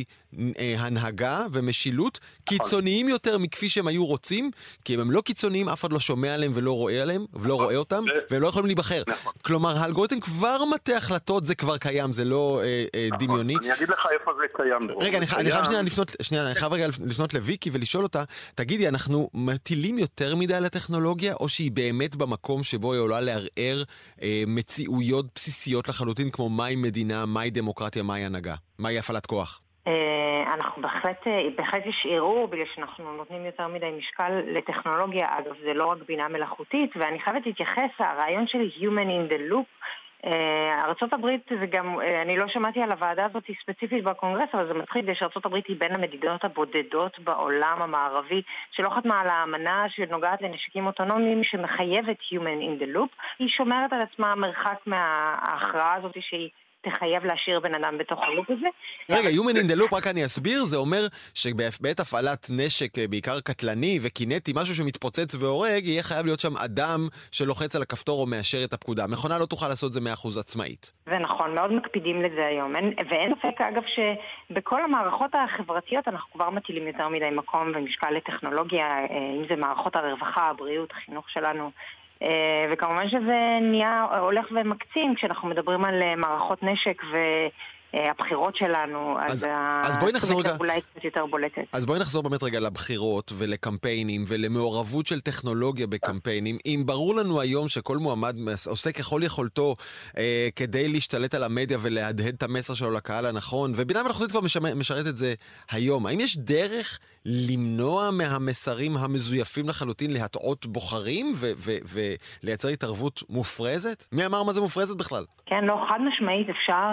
הנהגה ומשילות קיצוניים יותר מכפי שהם היו רוצים, כי אם הם לא קיצוניים אף אחד לא שומע עליהם ולא רואה עליהם ולא רואה אותם והם לא יכולים להיבחר. כלומר האלגוריתם כבר מטה החלטות, זה כבר קיים, זה לא דמיוני. אני אגיד לך איפה זה קיים. רגע, אני חייב רגע לפנות לוויקי ולשאול אותה, תגידי, אנחנו מטילים יותר מדי על הטכנולוגיה או שהיא באמת במקום שבו היא עולה לערער מציאויות בסיסיות לחלוטין כמו מהי מדינה, מהי דמוקרטיה, מהי הנהגה, מהי הפעלת כוח? אנחנו בהחלט יש ערעור בגלל שאנחנו נותנים יותר מדי משקל לטכנולוגיה. אגב, זה לא רק בינה מלאכותית, ואני חייבת להתייחס, הרעיון של Human in the Loop, ארצות הברית זה גם, אני לא שמעתי על הוועדה הזאת ספציפית בקונגרס, אבל זה מתחיל שארצות הברית היא בין המדינות הבודדות בעולם המערבי שלא חתמה על האמנה שנוגעת לנשקים אוטונומיים שמחייבת Human in the Loop. היא שומרת על עצמה מרחק מההכרעה הזאת שהיא תחייב להשאיר בן אדם בתוך הלופ הזה. רגע, Human in the Loop, רק אני אסביר, זה אומר שבעת הפעלת נשק, בעיקר קטלני וקינטי, משהו שמתפוצץ והורג, יהיה חייב להיות שם אדם שלוחץ על הכפתור או מאשר את הפקודה. מכונה לא תוכל לעשות זה 100% עצמאית. זה נכון, מאוד מקפידים לזה היום. ואין ספק, אגב, שבכל המערכות החברתיות אנחנו כבר מטילים יותר מדי מקום ומשקל לטכנולוגיה, אם זה מערכות הרווחה, הבריאות, החינוך שלנו. וכמובן שזה נהיה הולך ומקצין כשאנחנו מדברים על מערכות נשק והבחירות שלנו, אז בואי נחזור רגע, אולי קצת יותר בולטת. אז בואי נחזור באמת רגע לבחירות ולקמפיינים ולמעורבות של טכנולוגיה בקמפיינים. אם ברור לנו היום שכל מועמד עושה ככל יכולתו כדי להשתלט על המדיה ולהדהד את המסר שלו לקהל הנכון, ובינה מלאכותית כבר משרת את זה היום, האם יש דרך למנוע מהמסרים המזויפים לחלוטין להטעות בוחרים ולייצר התערבות מופרזת? מי אמר מה זה מופרזת בכלל? כן, לא, חד משמעית אפשר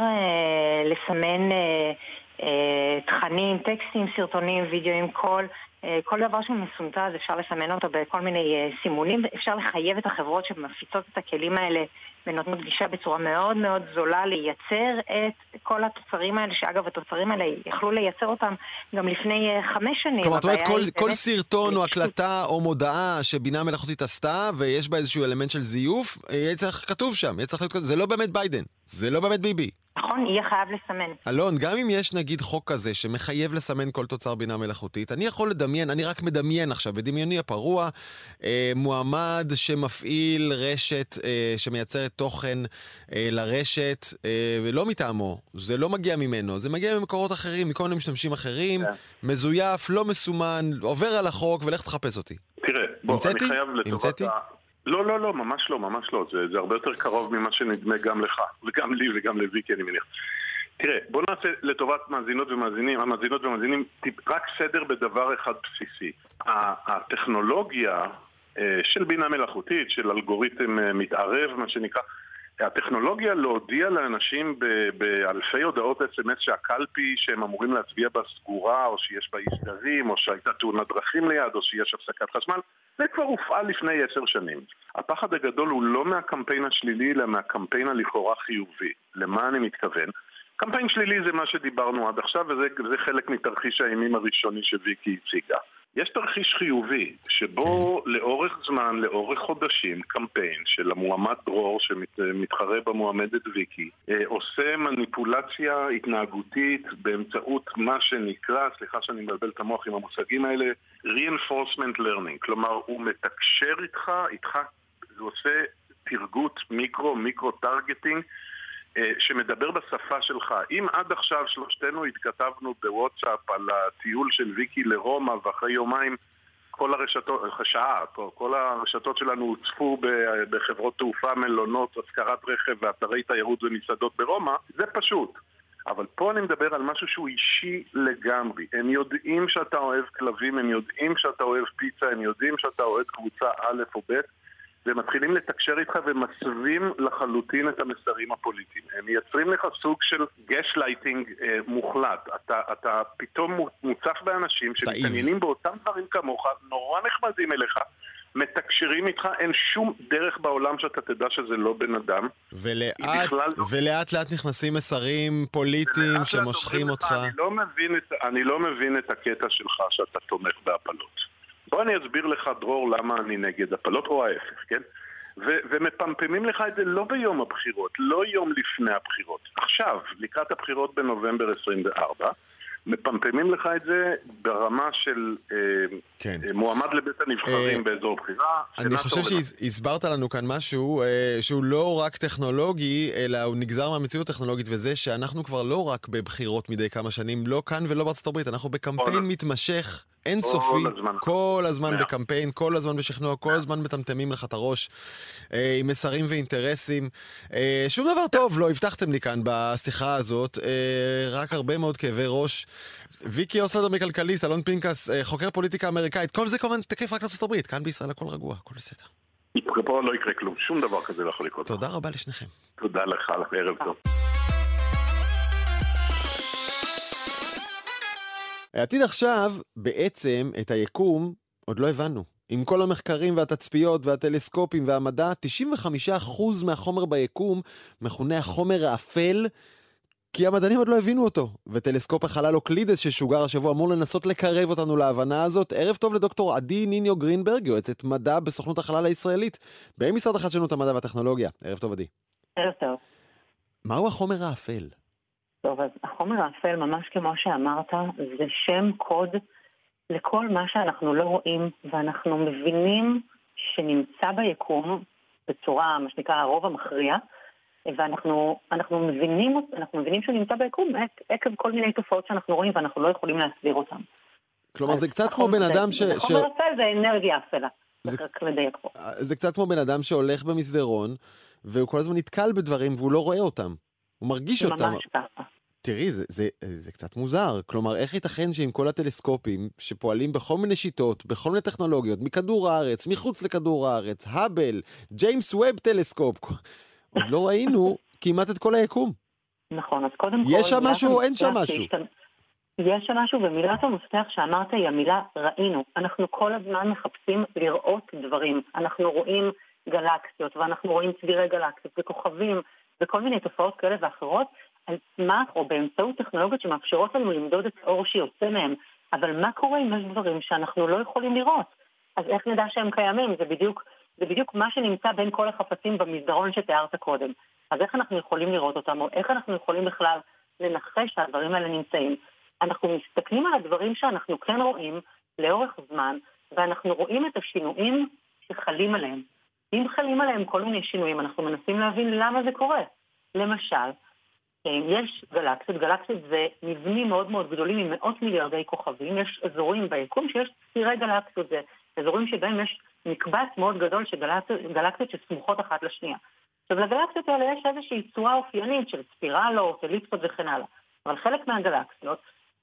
לסמן תכנים, טקסטים, סרטונים, וידאוים, כל דבר שהוא מסונטז, אפשר לסמן אותו בכל מיני סימונים, אפשר לחייב את החברות שמפיצות את הכלים האלה ונותנות גישה בצורה מאוד מאוד זולה לייצר את כל התוצרים האלה, שאגב התוצרים האלה יכלו לייצר אותם גם לפני 5 שנים. כלומר, כל סרטון או הקלטה או מודעה שבינה מלאכותית עשתה ויש בה איזשהו אלמנט של זיוף, יהיה צריך כתוב שם, זה לא באמת ביידן, זה לא באמת ביבי. נכון, יהיה חייב לסמן. אלון, גם אם יש נגיד חוק כזה שמחייב לסמן כל תוצר בינה מלאכותית, אני יכול לדמיין, אני רק מדמיין עכשיו, בדמיוני הפרוע, מועמד שמפעיל רשת שמייצרת תוכן לרשת, ולא מטעמו, זה לא מגיע ממנו, זה מגיע ממקורות אחרים, מכל מיני משתמשים אחרים, מזויף, לא מסומן, עובר על החוק ולך תחפש אותי. תראה, בוא, אני חייב לטובת לא, ממש לא. זה הרבה יותר קרוב ממה שנדמה גם לך, וגם לי וגם לוויקי, אני מניח. תראה, בוא נעשה לטובת המאזינות ומאזינים, רק סדר בדבר אחד בסיסי. הטכנולוגיה של בינה מלאכותית, של אלגוריתם מתערב, מה שנקרא, הטכנולוגיה להודיע לאנשים באלפי הודעות SMS שהקלפי שהם אמורים להצביע בה סגורה, או שיש בה הסדרים, או שהייתה תאונת דרכים ליד, או שיש הפסקת חשמל, זה כבר הופעל לפני 10 שנים. הפחד הגדול הוא לא מהקמפיין השלילי, אלא מהקמפיין הלכאורה חיובי. למה אני מתכוון? קמפיין שלילי זה מה שדיברנו עד עכשיו, וזה חלק מתרחיש האימים הראשוני שוויקי הציגה. יש תרחיש חיובי, שבו לאורך זמן, לאורך חודשים, קמפיין של המועמד דרור שמתחרה במועמדת ויקי, עושה מניפולציה התנהגותית באמצעות מה שנקרא, סליחה שאני מבלבל את המוח עם המושגים האלה, reinforcement learning. כלומר, הוא מתקשר איתך, הוא עושה תרגות מיקרו-טרגטינג, שמדבר בשפה שלך. אם עד עכשיו שלושתנו התכתבנו בוואטסאפ על הטיול של ויקי לרומא, ואחרי יומיים כל הרשתות שלנו הוצפו בחברות תעופה, מלונות, השכרת רכב ואתרי תיירות ומסעדות ברומא, זה פשוט. אבל פה אני מדבר על משהו שהוא אישי לגמרי. הם יודעים שאתה אוהב כלבים, הם יודעים שאתה אוהב פיצה, הם יודעים שאתה אוהב קבוצה א' או ב', ומתחילים לתקשר איתך ומסווים לחלוטין את המסרים הפוליטיים. הם מייצרים לך סוג של גשלייטינג מוחלט. אתה פתאום מוצף באנשים שמתעניינים באותם דברים כמוך, נורא נחמדים אליך, מתקשרים איתך, אין שום דרך בעולם שאתה תדע שזה לא בן אדם. ולאט לאט נכנסים מסרים פוליטיים שמושכים אותך. אני לא מבין את הקטע שלך שאתה תומך בהפלות. בוא אני אסביר לך, דרור, למה אני נגד הפלות, או ההפך, כן? ומפמפמים לך את זה לא ביום הבחירות, לא יום לפני הבחירות. עכשיו, לקראת הבחירות בנובמבר 24, מפמפמים לך את זה ברמה של מועמד לבית הנבחרים באזור בחירה. אני חושב שהסברת לנו כאן משהו שהוא לא רק טכנולוגי, אלא הוא נגזר מהמציאות הטכנולוגית, וזה שאנחנו כבר לא רק בבחירות מדי כמה שנים, לא כאן ולא בארצות הברית, אנחנו בקמפיין מתמשך אינסופי, כל הזמן בקמפיין, כל הזמן בשכנוע, כל הזמן מטמטמים לך את הראש עם מסרים ואינטרסים. שום דבר טוב לא הבטחתם לי כאן בשיחה הזאת, רק הרבה מאוד כאבי ראש. ויקי אוסלדר מכלכליסט, אלון פינקס, חוקר פוליטיקה אמריקאית, כל זה כמובן תקף רק לארצות הברית, כאן בישראל הכל רגוע, הכל בסדר. פה לא יקרה כלום, שום דבר כזה לא יכול לקרות. תודה רבה לשניכם. תודה לך, ערב טוב. העתיד עכשיו, בעצם, את היקום, עוד לא הבנו. עם כל המחקרים והתצפיות והטלסקופים והמדע, 95% מהחומר ביקום מכונה החומר האפל, כי המדענים עוד לא הבינו אותו. וטלסקופ החלל אוקלידס ששוגר השבוע אמור לנסות לקרב אותנו להבנה הזאת. ערב טוב לדוקטור עדי ניניו גרינברג, יועצת מדע בסוכנות החלל הישראלית, במשרד החדשנות, המדע והטכנולוגיה. ערב טוב עדי. ערב טוב. מהו החומר האפל? טוב, אז החומר האפל, ממש כמו שאמרת, זה שם קוד לכל מה שאנחנו לא רואים, ואנחנו מבינים שנמצא ביקום בצורה, מה שנקרא, הרוב המכריע, ואנחנו מבינים שהוא נמצא ביקום עקב כל מיני תופעות שאנחנו רואים, ואנחנו לא יכולים להסביר אותם. כלומר, זה קצת כמו בן אדם החומר אפל זה אנרגיה אפלה. זה קצת כמו בן אדם שהולך במסדרון, והוא כל הזמן נתקל בדברים, והוא לא רואה אותם. הוא מרגיש אותם. ממש ככה. תראי, זה קצת מוזר. כלומר, איך ייתכן שעם כל הטלסקופים שפועלים בכל מיני שיטות, בכל מיני טכנולוגיות, מכדור הארץ, מחוץ לכדור הארץ, האבל, ג'יימס ווב טלסקופ, עוד לא ראינו כמעט את כל היקום. נכון, אז קודם כל... יש שם משהו או אין שם משהו? יש שם משהו, ומילת המפתח שאמרת היא המילה ראינו. אנחנו כל הזמן מחפשים לראות דברים. אנחנו רואים גלקסיות, ואנחנו רואים צבירי גלקסיות וכוכבים, וכל מיני תופעות כאלה ואחרות, על סמך או באמצעות טכנולוגיות שמאפשרות לנו למדוד את האור שיוצא מהם. אבל מה קורה אם יש דברים שאנחנו לא יכולים לראות? אז איך נדע שהם קיימים? זה בדיוק מה שנמצא בין כל החפצים במסדרון שתיארת קודם. אז איך אנחנו יכולים לראות אותם? או איך אנחנו יכולים בכלל לנחש שהדברים האלה נמצאים? אנחנו מסתכלים על הדברים שאנחנו כן רואים לאורך זמן, ואנחנו רואים את השינויים שחלים עליהם. אם חלים עליהם כל מיני שינויים, אנחנו מנסים להבין למה זה קורה. למשל, יש גלקסיות זה מבנים מאוד מאוד גדולים עם מאות מיליארדי כוכבים, יש אזורים ביקום שיש צירי גלקסיות, זה אזורים שבהם יש מקבץ מאוד גדול של גלקסיות שסמוכות אחת לשנייה. עכשיו לגלקסיות האלה יש איזושהי צורה אופיינית של ספירלות, אליפסות וכן הלאה, אבל חלק מהגלקסיות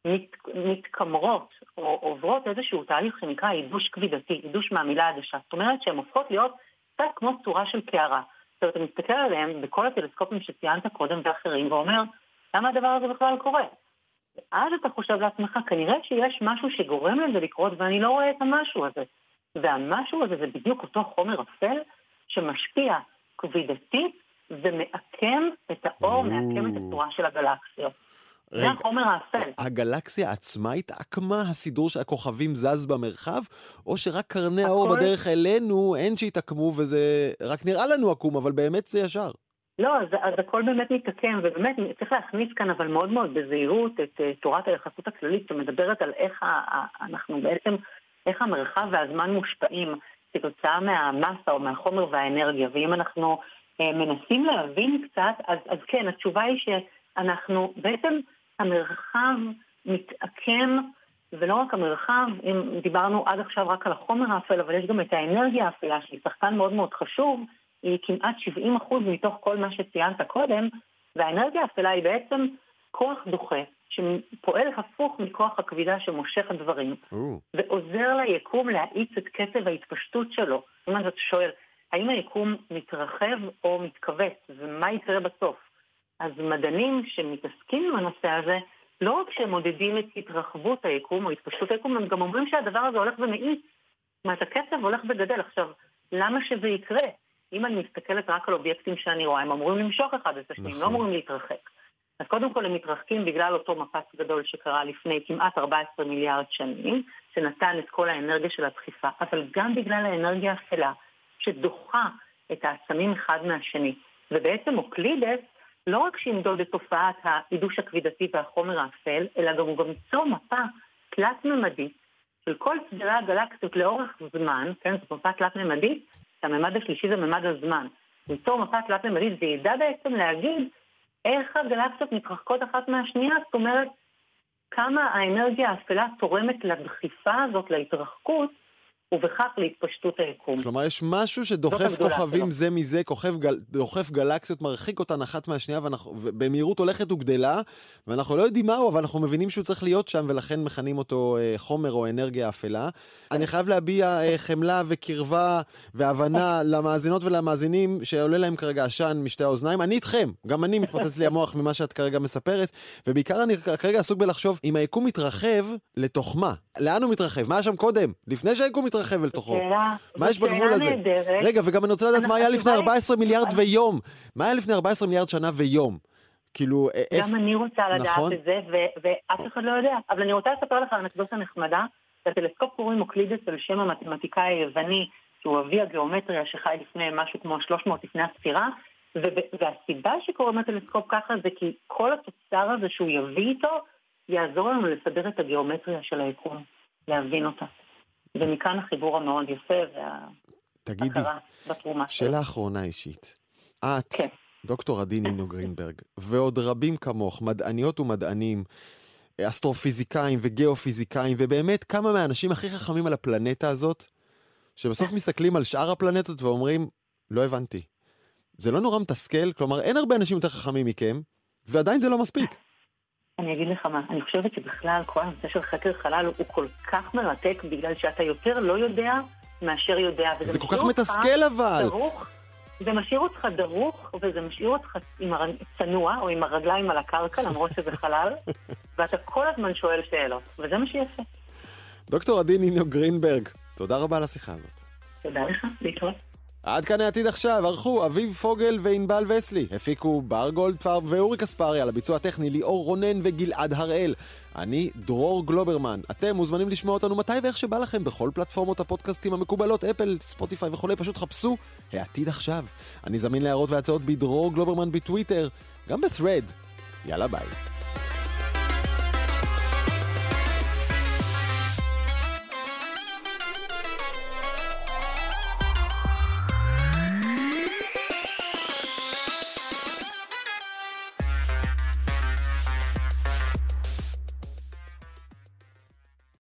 מתקמרות או עוברות איזשהו תהליך שנקרא עידוש כבידתי, עידוש מהמילה עדשה, זאת אומרת שהן הופכות להיות קצת כמו צורה של קערה. עכשיו אתה מסתכל עליהם בכל הטלסקופים שציינת קודם ואחרים ואומר, למה הדבר הזה בכלל קורה? ואז אתה חושב לעצמך, כנראה שיש משהו שגורם לזה לקרות ואני לא רואה את המשהו הזה. והמשהו הזה זה בדיוק אותו חומר אפל שמשפיע כבידתית ומעקם את האור, מעקם את הצורה של הגלקסיות. זה החומר האפל. הגלקסיה עצמה התעקמה, הסידור שהכוכבים זז במרחב, או שרק קרני האור בדרך אלינו, אין שהתעקמו וזה רק נראה לנו עקום, אבל באמת זה ישר. לא, אז הכל באמת מתעקם, ובאמת צריך להכניס כאן, אבל מאוד מאוד בזהירות, את תורת היחסות הכללית, שמדברת על איך אנחנו בעצם, איך המרחב והזמן מושפעים כתוצאה מהמסה או מהחומר והאנרגיה, ואם אנחנו מנסים להבין קצת, אז כן, התשובה היא שאנחנו, בעצם המרחב מתעקם, ולא רק המרחב, אם דיברנו עד עכשיו רק על החומר האפל, אבל יש גם את האנרגיה האפלה, שהיא שחקן מאוד מאוד חשוב, היא כמעט 70% מתוך כל מה שציינת קודם, והאנרגיה האפלה היא בעצם כוח דוחה, שפועל הפוך מכוח הכבידה שמושך דברים, ועוזר ליקום להאיץ את קצב ההתפשטות שלו. זאת אומרת, אתה שואל, האם היקום מתרחב או מתכווץ, ומה יקרה בסוף? אז מדענים שמתעסקים עם הנושא הזה, לא רק שהם מודדים את התרחבות היקום או התפשטות היקום, הם גם אומרים שהדבר הזה הולך ומאיץ. זאת אומרת, הקצב הולך וגדל. עכשיו, למה שזה יקרה? אם אני מסתכלת רק על אובייקטים שאני רואה, הם אמורים למשוך אחד את השני, הם לא אמורים להתרחק. אז קודם כל הם מתרחקים בגלל אותו מפץ גדול שקרה לפני כמעט 14 מיליארד שנים, שנתן את כל האנרגיה של הדחיפה, אבל גם בגלל האנרגיה האפלה, שדוחה את העצמים אחד מהשני. ובעצם אוקלידס, לא רק שימדוד את תופעת העידוש הכבידתי והחומר האפל, אלא גם הוא גם ייצור מפה תלת-ממדית של כל צבירי הגלקסיות לאורך זמן, כן, זו מפה תלת-ממדית, הממד השלישי זה ממד הזמן. ייצור מפה תלת-ממדית וידע בעצם להגיד איך הגלקסיות מתרחקות אחת מהשנייה, זאת אומרת, כמה האנרגיה האפלה תורמת לדחיפה הזאת, להתרחקות, ובכך להתפשטות היקום. כלומר, יש משהו שדוחף כוכבים זה מזה, דוחף גלקסיות, מרחיק אותן אחת מהשנייה, ובמהירות הולכת וגדלה, ואנחנו לא יודעים מהו, אבל אנחנו מבינים שהוא צריך להיות שם, ולכן מכנים אותו חומר או אנרגיה אפלה. אני חייב להביע חמלה וקרבה והבנה למאזינות ולמאזינים, שעולה להם כרגע עשן משתי האוזניים. אני איתכם, גם אני מתפוצץ לי המוח ממה שאת כרגע מספרת, ובעיקר אני כרגע עסוק בלחשוב, אם היקום מתרחב לתוך מה? לאן הוא מתרחב? מה היה שם קודם? לפני שהיקום מתרחב אל תוכו. מה יש בגבול הזה? רגע, וגם אני רוצה לדעת מה היה לפני 14 מיליארד ויום. מה היה לפני 14 מיליארד שנה ויום? כאילו, גם אני רוצה לדעת את זה, ואף אחד לא יודע. אבל אני רוצה לספר לך על אנקדוטה נחמדה, שהטלסקופ קוראים אוקלידס על שם המתמטיקאי היווני, שהוא אבי הגיאומטריה שחי לפני משהו כמו 300 לפני הספירה, והסיבה שקוראים הטלסקופ ככה זה כי כל התוצר הזה שהוא יביא איתו, יעזור לנו לסדר את הגיאומטריה של היקום, להבין אותה. ומכאן החיבור המאוד יפה וההכרה בתרומה. שאלה אחרונה אישית. את, דוקטור עדי נינו גרינברג, ועוד רבים כמוך, מדעניות ומדענים, אסטרופיזיקאים וגיאופיזיקאים, ובאמת כמה מהאנשים הכי חכמים על הפלנטה הזאת, שבסוף מסתכלים על שאר הפלנטות ואומרים, לא הבנתי. זה לא נורא מתסכל, כלומר אין הרבה אנשים יותר חכמים מכם, ועדיין זה לא מספיק. אני אגיד לך מה, אני חושבת שבכלל כל הנושא של חקר חלל הוא כל כך מרתק, בגלל שאתה יותר לא יודע מאשר יודע. זה כל כך מתסכל אבל. זה משאיר אותך דרוך, וזה משאיר אותך צנוע, או עם הרגליים על הקרקע, למרות שזה חלל, ואתה כל הזמן שואל שאלות, וזה מה שיפה. דוקטור עדי נינו גרינברג, תודה רבה על השיחה הזאת. תודה לך, להתראות. עד כאן העתיד עכשיו, ערכו אביב פוגל וענבל וסלי, הפיקו בר גולדפרב ואורי קספרי, על הביצוע הטכני ליאור רונן וגלעד הראל. אני דרור גלוברמן. אתם מוזמנים לשמוע אותנו מתי ואיך שבא לכם בכל פלטפורמות הפודקאסטים המקובלות, אפל, ספוטיפיי וכולי, פשוט חפשו העתיד עכשיו. אני זמין להערות והצעות בדרור גלוברמן בטוויטר, גם ב-thread. יאללה ביי.